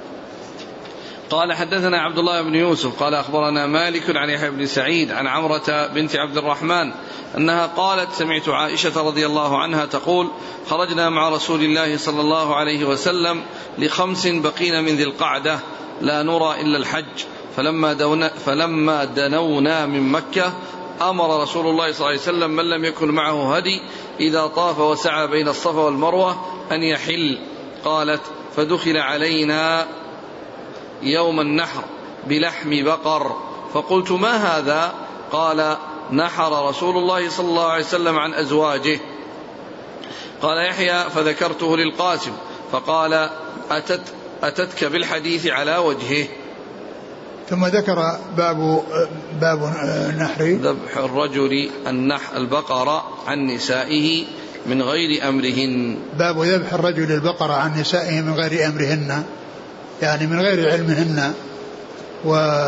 قال حدثنا عبد الله بن يوسف قال أخبرنا مالك عن يحيى بن سعيد عن عمرة بنت عبد الرحمن أنها قالت: سمعت عائشة رضي الله عنها تقول: خرجنا مع رسول الله صلى الله عليه وسلم لخمس بقين من ذي القعدة لا نرى إلا الحج، فلما, دون فلما دنونا من مكة أمر رسول الله صلى الله عليه وسلم من لم يكن معه هدي إذا طاف وسعى بين الصفا والمروة أن يحل. قالت: فدخل علينا يوم النحر بلحم بقر، فقلت: ما هذا؟ قال: نحر رسول الله صلى الله عليه وسلم عن أزواجه. قال يحيى: فذكرته للقاسم فقال: أتت أتتك بالحديث على وجهه. ثم ذكر باب باب النحر ذبح الرجل النح البقرة عن نسائه من غير أمرهن. باب ذبح الرجل البقرة عن نسائه من غير أمرهن، يعني من غير علمهن. و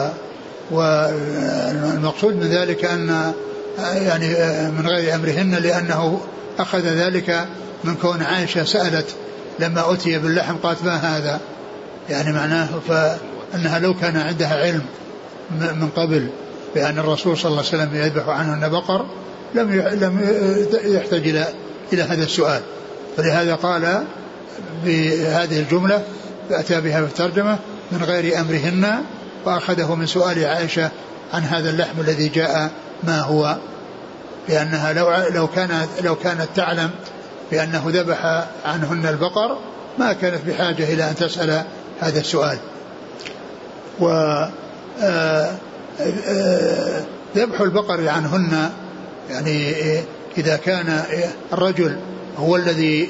والمقصود من ذلك أن يعني من غير أمرهن لأنه أخذ ذلك من كون عائشة سألت لما أتي باللحم قالت: ما هذا؟ يعني معناه فأنها لو كان عندها علم من قبل بأن الرسول صلى الله عليه وسلم يذبح عنهن بقر لم لم يحتاج إلى إلى هذا السؤال، فلهذا قال بهذه الجملة فأتى بها في الترجمة من غير أمرهن، وأخذه من سؤال عائشة عن هذا اللحم الذي جاء ما هو، لأنها لو لو كانت لو كانت تعلم بأنه ذبح عنهن البقر ما كانت بحاجة إلى أن تسأل هذا السؤال. و ذبح البقر عنهن يعني إذا كان الرجل هو الذي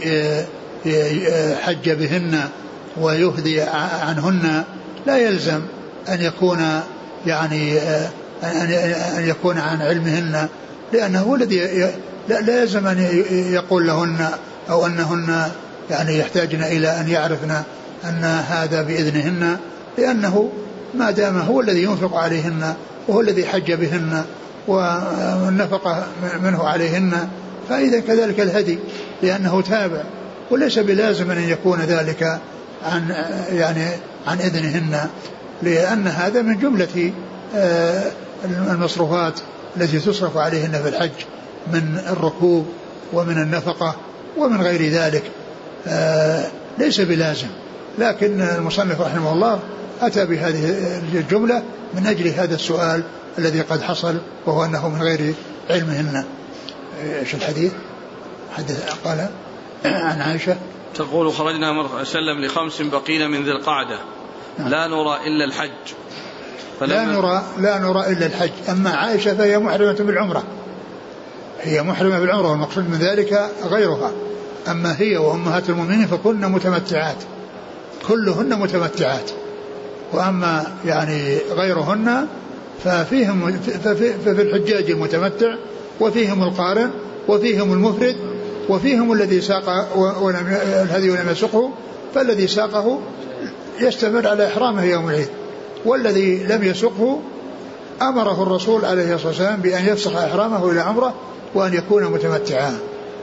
حج بهن ويهدي عنهن لا يلزم أن يكون يعني أن يكون عن علمهن، لأنه هو الذي لا يلزم أن يقول لهن أو أنهن يعني يحتاجن إلى أن يعرفن أن هذا بإذنهن، لأنه ما دام هو الذي ينفق عليهن وهو الذي حج بهن والنفقة منه عليهن، فإذا كذلك الهدي لأنه تابع، وليس بلازم أن يكون ذلك عن يعني عن إذنهن، لأن هذا من جملة المصروفات التي تصرف عليهن في الحج من الركوب ومن النفقة ومن غير ذلك، ليس بلازم. لكن المصنف رحمه الله أتى بهذه الجملة من أجل هذا السؤال الذي قد حصل، وهو أنه من غير علمهن. ايش الحديث؟ حدث قال عن عائشة تقول خرجنا مرة سلم لخمس بقين من ذي القعدة لا نرى إلا الحج، لا نرى لا نرى إلا الحج. أما عائشة فهي محرمة بالعمرة، هي محرمة بالعمرة، والمقصود من ذلك غيرها. أما هي وأمهات المؤمنين فكن متمتعات، كلهن متمتعات. وأما يعني غيرهن ففيهم ففي الحجاج المتمتع، وفيهم القارن، وفيهم المفرد، وفيهم الذي ساق الهدي ولم يسقه، فالذي ساقه يستمر على إحرامه يوم العيد، والذي لم يسقه أمره الرسول عليه الصلاة والسلام بأن يفسخ إحرامه إلى عمره وأن يكون متمتعا.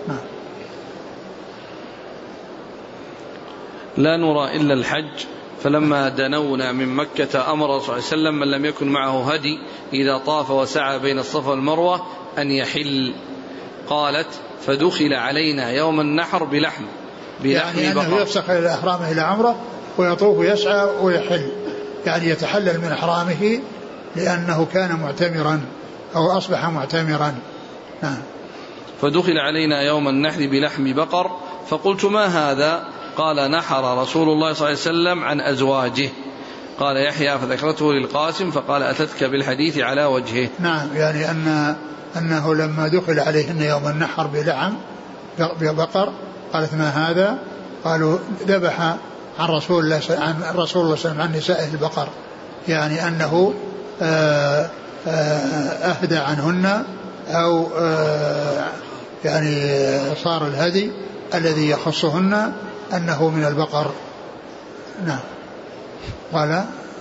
لا نرى إلا الحج. فلما دنونا من مكة أمر صلى الله عليه وسلم من لم يكن معه هدي إذا طاف وسعى بين الصفا والمروة أن يحل. قالت فدخل علينا يوم النحر بلحم بلحم يعني بقر، أنه يفسخ إلى إحرامه إلى عمره ويطوف ويسعى ويحل، يعني يتحلل من إحرامه لأنه كان معتمرا أو أصبح معتمرا. نعم. فدخل علينا يوم النحر بلحم بقر فقلت ما هذا؟ قال نحر رسول الله صلى الله عليه وسلم عن أزواجه. قال يحيى فذكرته للقاسم فقال أتتك بالحديث على وجهه. نعم، يعني أن أنه لما دخل عليهن يوم النحر بلحم بقر قالت ما هذا؟ قالوا ذبح عن رسول الله عن رسول الله صلى الله عليه وسلم عن نسائه البقر، يعني أنه أهدى عنهن أو يعني صار الهدي الذي يخصهن أنه من البقر. نعم. قال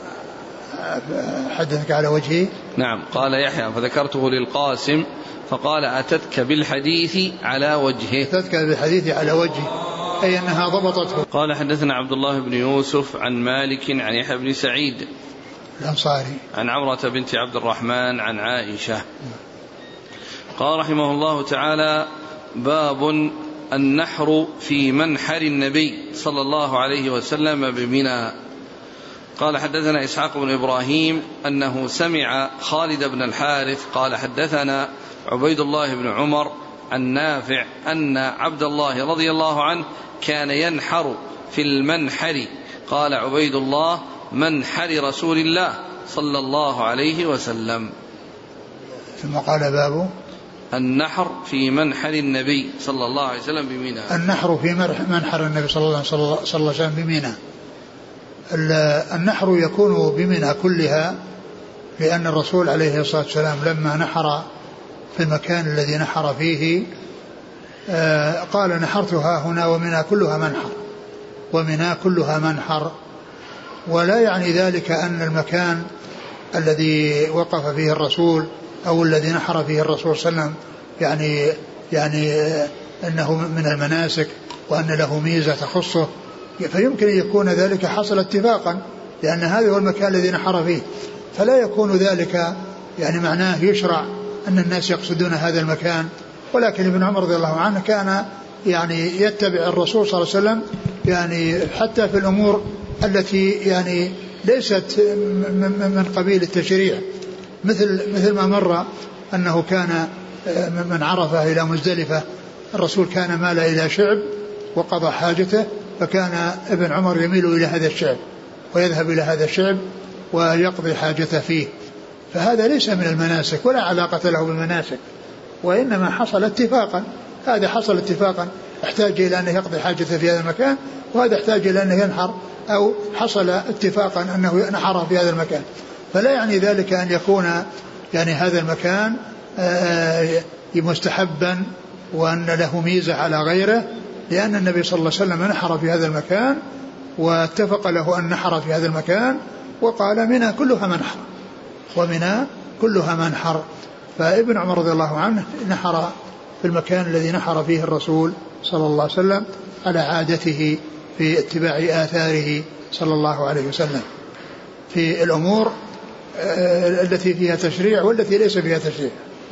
حدثك على وجهه. نعم. قال يحيى فذكرته للقاسم فقال أتتك بالحديث على وجهه. أتتك بالحديث على وجهه أي أنها ضبطته. قال حدثنا عبد الله بن يوسف عن مالك عن يحيى بن سعيد الأنصاري عن عمرة بنت عبد الرحمن عن عائشة. قال رحمه الله تعالى باب النحر في منحر النبي صلى الله عليه وسلم بمنى. قال حدثنا إسحاق بن إبراهيم أنه سمع خالد بن الحارث قال حدثنا عبيد الله بن عمر عن نافع أن عبد الله رضي الله عنه كان ينحر في المنحر. قال عبيد الله منحر رسول الله صلى الله عليه وسلم. ثم قال باب النحر في منحر النبي صلى الله عليه وسلم بمنى. النحر في منحر النبي صلى الله عليه وسلم بمنى. النحر يكون بمنى كلها، لأن الرسول عليه الصلاة والسلام لما نحر في المكان الذي نحر فيه قال نحرتها هنا ومنى كلها منحر، ومنى كلها منحر. ولا يعني ذلك أن المكان الذي وقف فيه الرسول أو الذي نحر فيه الرسول صلى الله عليه وسلم يعني يعني أنه من المناسك وأن له ميزة تخصه، فيمكن أن يكون ذلك حصل اتفاقا، لأن هذا هو المكان الذي نحر فيه، فلا يكون ذلك يعني معناه يشرع أن الناس يقصدون هذا المكان. ولكن ابن عمر رضي الله عنه كان يعني يتبع الرسول صلى الله عليه وسلم يعني حتى في الأمور التي يعني ليست من قبيل التشريع، مثل مثل ما مر أنه كان من عرفة إلى مزدلفة الرسول كان مال إلى شعب وقضى حاجته، فكان ابن عمر يميل إلى هذا الشعب ويذهب إلى هذا الشعب ويقضي حاجته فيه، فهذا ليس من المناسك ولا علاقة له بالمناسك، وإنما حصل اتفاقا، هذا حصل اتفاقا احتاج إلى أنه يقضي حاجته في هذا المكان، وهذا احتاج إلى أنه ينحر أو حصل اتفاقا أنه نحره في هذا المكان. فلا يعني ذلك أن يكون يعني هذا المكان مستحبا وأن له ميزة على غيره، لأن النبي صلى الله عليه وسلم نحر في هذا المكان واتفق له أن نحر في هذا المكان، وقال منى كلها منحر ومنى كلها منحر. فابن عمر رضي الله عنه نحر في المكان الذي نحر فيه الرسول صلى الله عليه وسلم على عادته في اتباع آثاره صلى الله عليه وسلم في الأمور التي فيها تشريع والتي ليس فيها تشريع.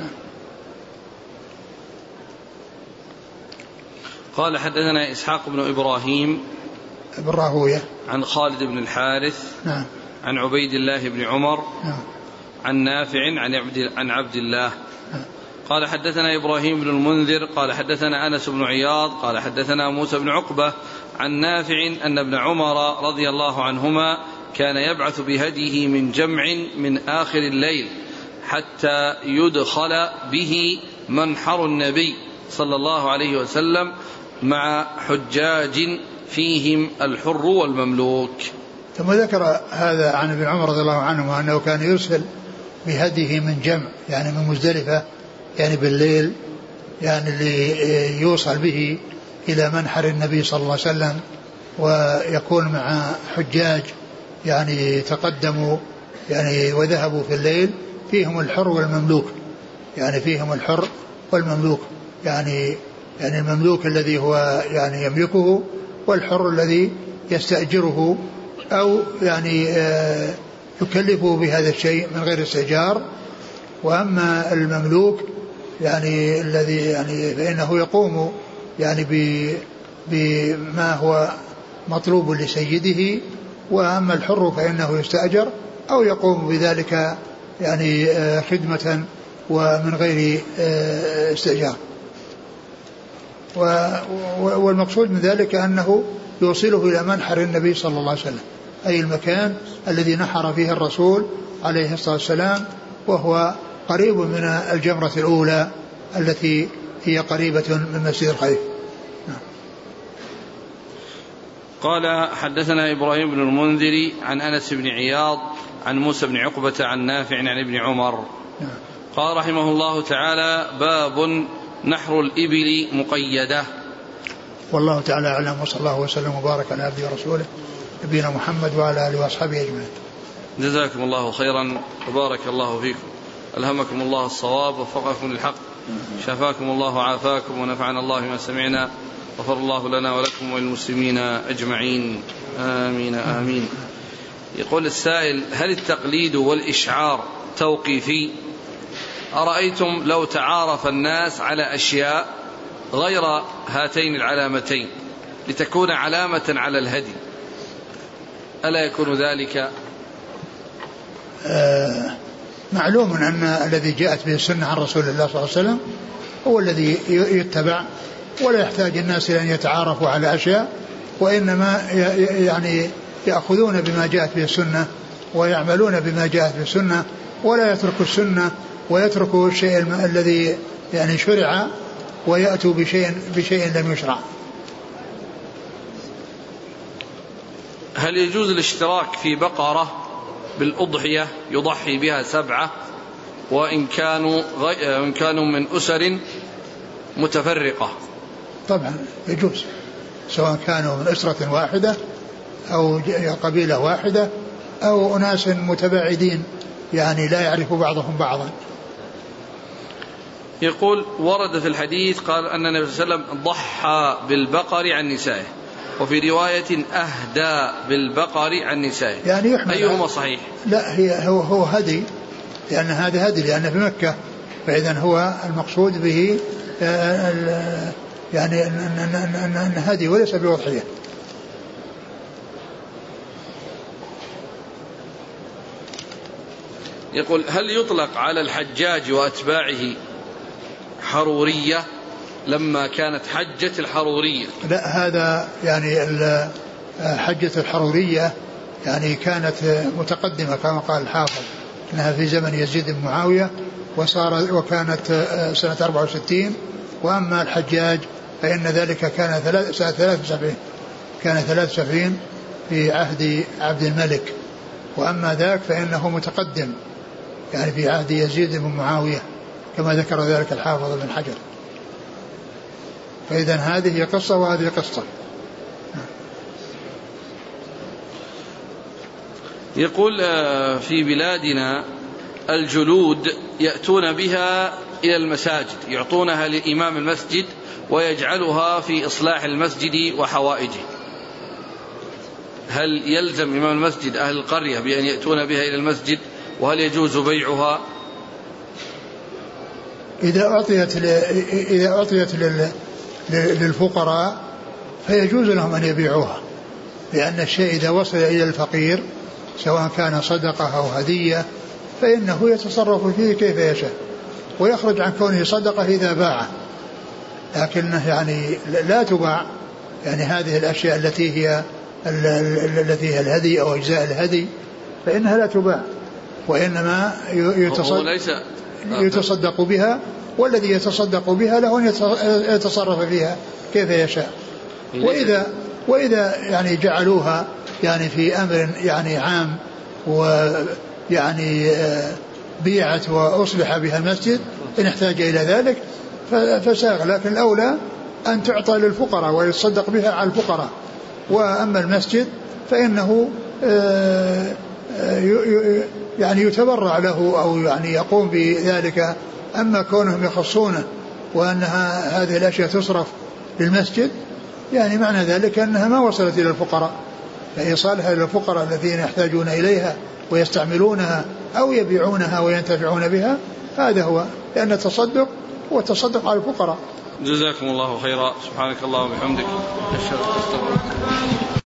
قال حدثنا إسحاق بن إبراهيم بن راهوية عن خالد بن الحارث نعم عن عبيد الله بن عمر نعم عن نافع عن عبد, عن عبد الله نعم. قال حدثنا إبراهيم بن المنذر قال حدثنا أنس بن عياض قال حدثنا موسى بن عقبة عن نافع أن ابن عمر رضي الله عنهما كان يبعث بهديه من جمع من آخر الليل حتى يدخل به منحر النبي صلى الله عليه وسلم مع حجاج فيهم الحر والمملوك. ثم ذكر هذا عن ابن عمر رضي الله عنه أنه كان يرسل بهديه من جمع يعني من مزدلفة يعني بالليل يعني اللي يوصل به إلى منحر النبي صلى الله عليه وسلم، ويكون مع حجاج يعني تقدموا يعني وذهبوا في الليل فيهم الحر والمملوك، يعني فيهم الحر والمملوك يعني يعني المملوك الذي هو يعني يملكه والحر الذي يستأجره أو يعني يكلفه بهذا الشيء من غير استئجار. وأما المملوك يعني الذي يعني فإنه يقوم يعني بما هو مطلوب لسيده، وأما الحر فإنه يستأجر أو يقوم بذلك يعني خدمة ومن غير استئجار. والمقصود من ذلك أنه يوصله إلى منحر النبي صلى الله عليه وسلم، أي المكان الذي نحر فيه الرسول عليه الصلاة والسلام، وهو قريب من الجمرة الأولى التي هي قريبة من مسجد الخليفة. قال حدثنا إبراهيم بن المنذر عن أنس بن عياض عن موسى بن عقبة عن نافع عن ابن عمر قال رحمه الله تعالى: باب نحر الإبل مقيدة. والله تعالى أعلم، وصلى الله وسلم وبارك على عبده ورسوله نبينا محمد وعلى آله وأصحابه أجمعين. جزاكم الله خيرا وبارك الله فيكم، ألهمكم الله الصواب ووفقكم للحق، شفاكم الله وعافاكم ونفعنا الله ما سمعنا، غفر الله لنا ولكم وللمسلمين أجمعين، آمين آمين. يقول السائل: هل التقليد والإشعار توقيفي؟ أرأيتم لو تعارف الناس على أشياء غير هاتين العلامتين لتكون علامة على الهدي، ألا يكون ذلك؟ آه معلوم أن الذي جاءت به السنة عن رسول الله صلى الله عليه وسلم هو الذي يتبع، ولا يحتاج الناس إلى أن يتعارفوا على أشياء، وإنما يعني يأخذون بما جاءت به السنة ويعملون بما جاءت به السنة، ولا يتركوا السنة ويتركوا الشيء الذي يعني شرع ويأتوا بشيء بشيء لم يشرع. هل يجوز الاشتراك في بقرة بالأضحية يضحي بها سبعة وإن كانوا غي... وإن كانوا من أسر متفرقة؟ طبعا يجوز، سواء كانوا من أسرة واحدة أو قبيلة واحدة أو أناس متباعدين يعني لا يعرف بعضهم بعضا. يقول: ورد في الحديث قال أن النبي صلى الله عليه وسلم ضحى بالبقر عن نسائه، وفي رواية أهدى بالبقر عن نسائه، يعني يحمل أيهما صحيح؟ لا هي هو, هو هدي، لأن هذا هدي لأنه في مكة، فإذا هو المقصود به يعني أن هدي وليس بوضحية. يقول: هل يطلق على الحجاج وأتباعه حرورية لما كانت حجة الحرورية؟ لا، هذا يعني حجة الحرورية يعني كانت متقدمة كما قال الحافظ أنها في زمن يزيد بن معاوية وصار وكانت سنة أربعة وستين، وأما الحجاج فإن ذلك كان سنة ثلاث وسبعين كان ثلاث وسبعين في عهد عبد الملك، وأما ذاك فإنه متقدم يعني في عهد يزيد بن معاوية كما ذكر ذلك الحافظ بن حجر. فإذا هذه قصة وهذه قصة. يقول في بلادنا الجلود يأتون بها إلى المساجد، يعطونها لإمام المسجد ويجعلها في إصلاح المسجد وحوائجه، هل يلزم إمام المسجد أهل القرية بأن يأتون بها إلى المسجد؟ وهل يجوز بيعها؟ إذا أعطيت إذا أعطيت للفقراء فيجوز لهم أن يبيعوها، لأن الشيء إذا وصل إلى الفقير سواء كان صدقة أو هدية فإنه يتصرف فيه كيف يشاء، ويخرج عن كونه صدقة إذا باعه، لكنه يعني لا تباع يعني هذه الأشياء التي هي التي هي الهدي أو أجزاء الهدي فإنها لا تباع، وإنما يتصدق, يتصدق بها، والذي يتصدق بها له أن يتصرف فيها كيف يشاء. وإذا وإذا يعني جعلوها يعني في أمر يعني عام ويعني بيعت وأصلح بها المسجد إن احتاج إلى ذلك فساغ، لكن الأولى أن تعطى للفقراء ويتصدق بها على الفقراء. وأما المسجد فإنه يعني يتبرع له أو يعني يقوم بذلك. أما كونهم يخصونه وأنها هذه الأشياء تصرف للمسجد يعني معنى ذلك أنها ما وصلت إلى الفقراء، فإيصالها إلى الفقراء الذين يحتاجون إليها ويستعملونها أو يبيعونها وينتفعون بها، هذا هو، لأن التصدق هو التصدق على الفقراء. جزاكم الله خيرا. سبحانك اللهم وبحمدك.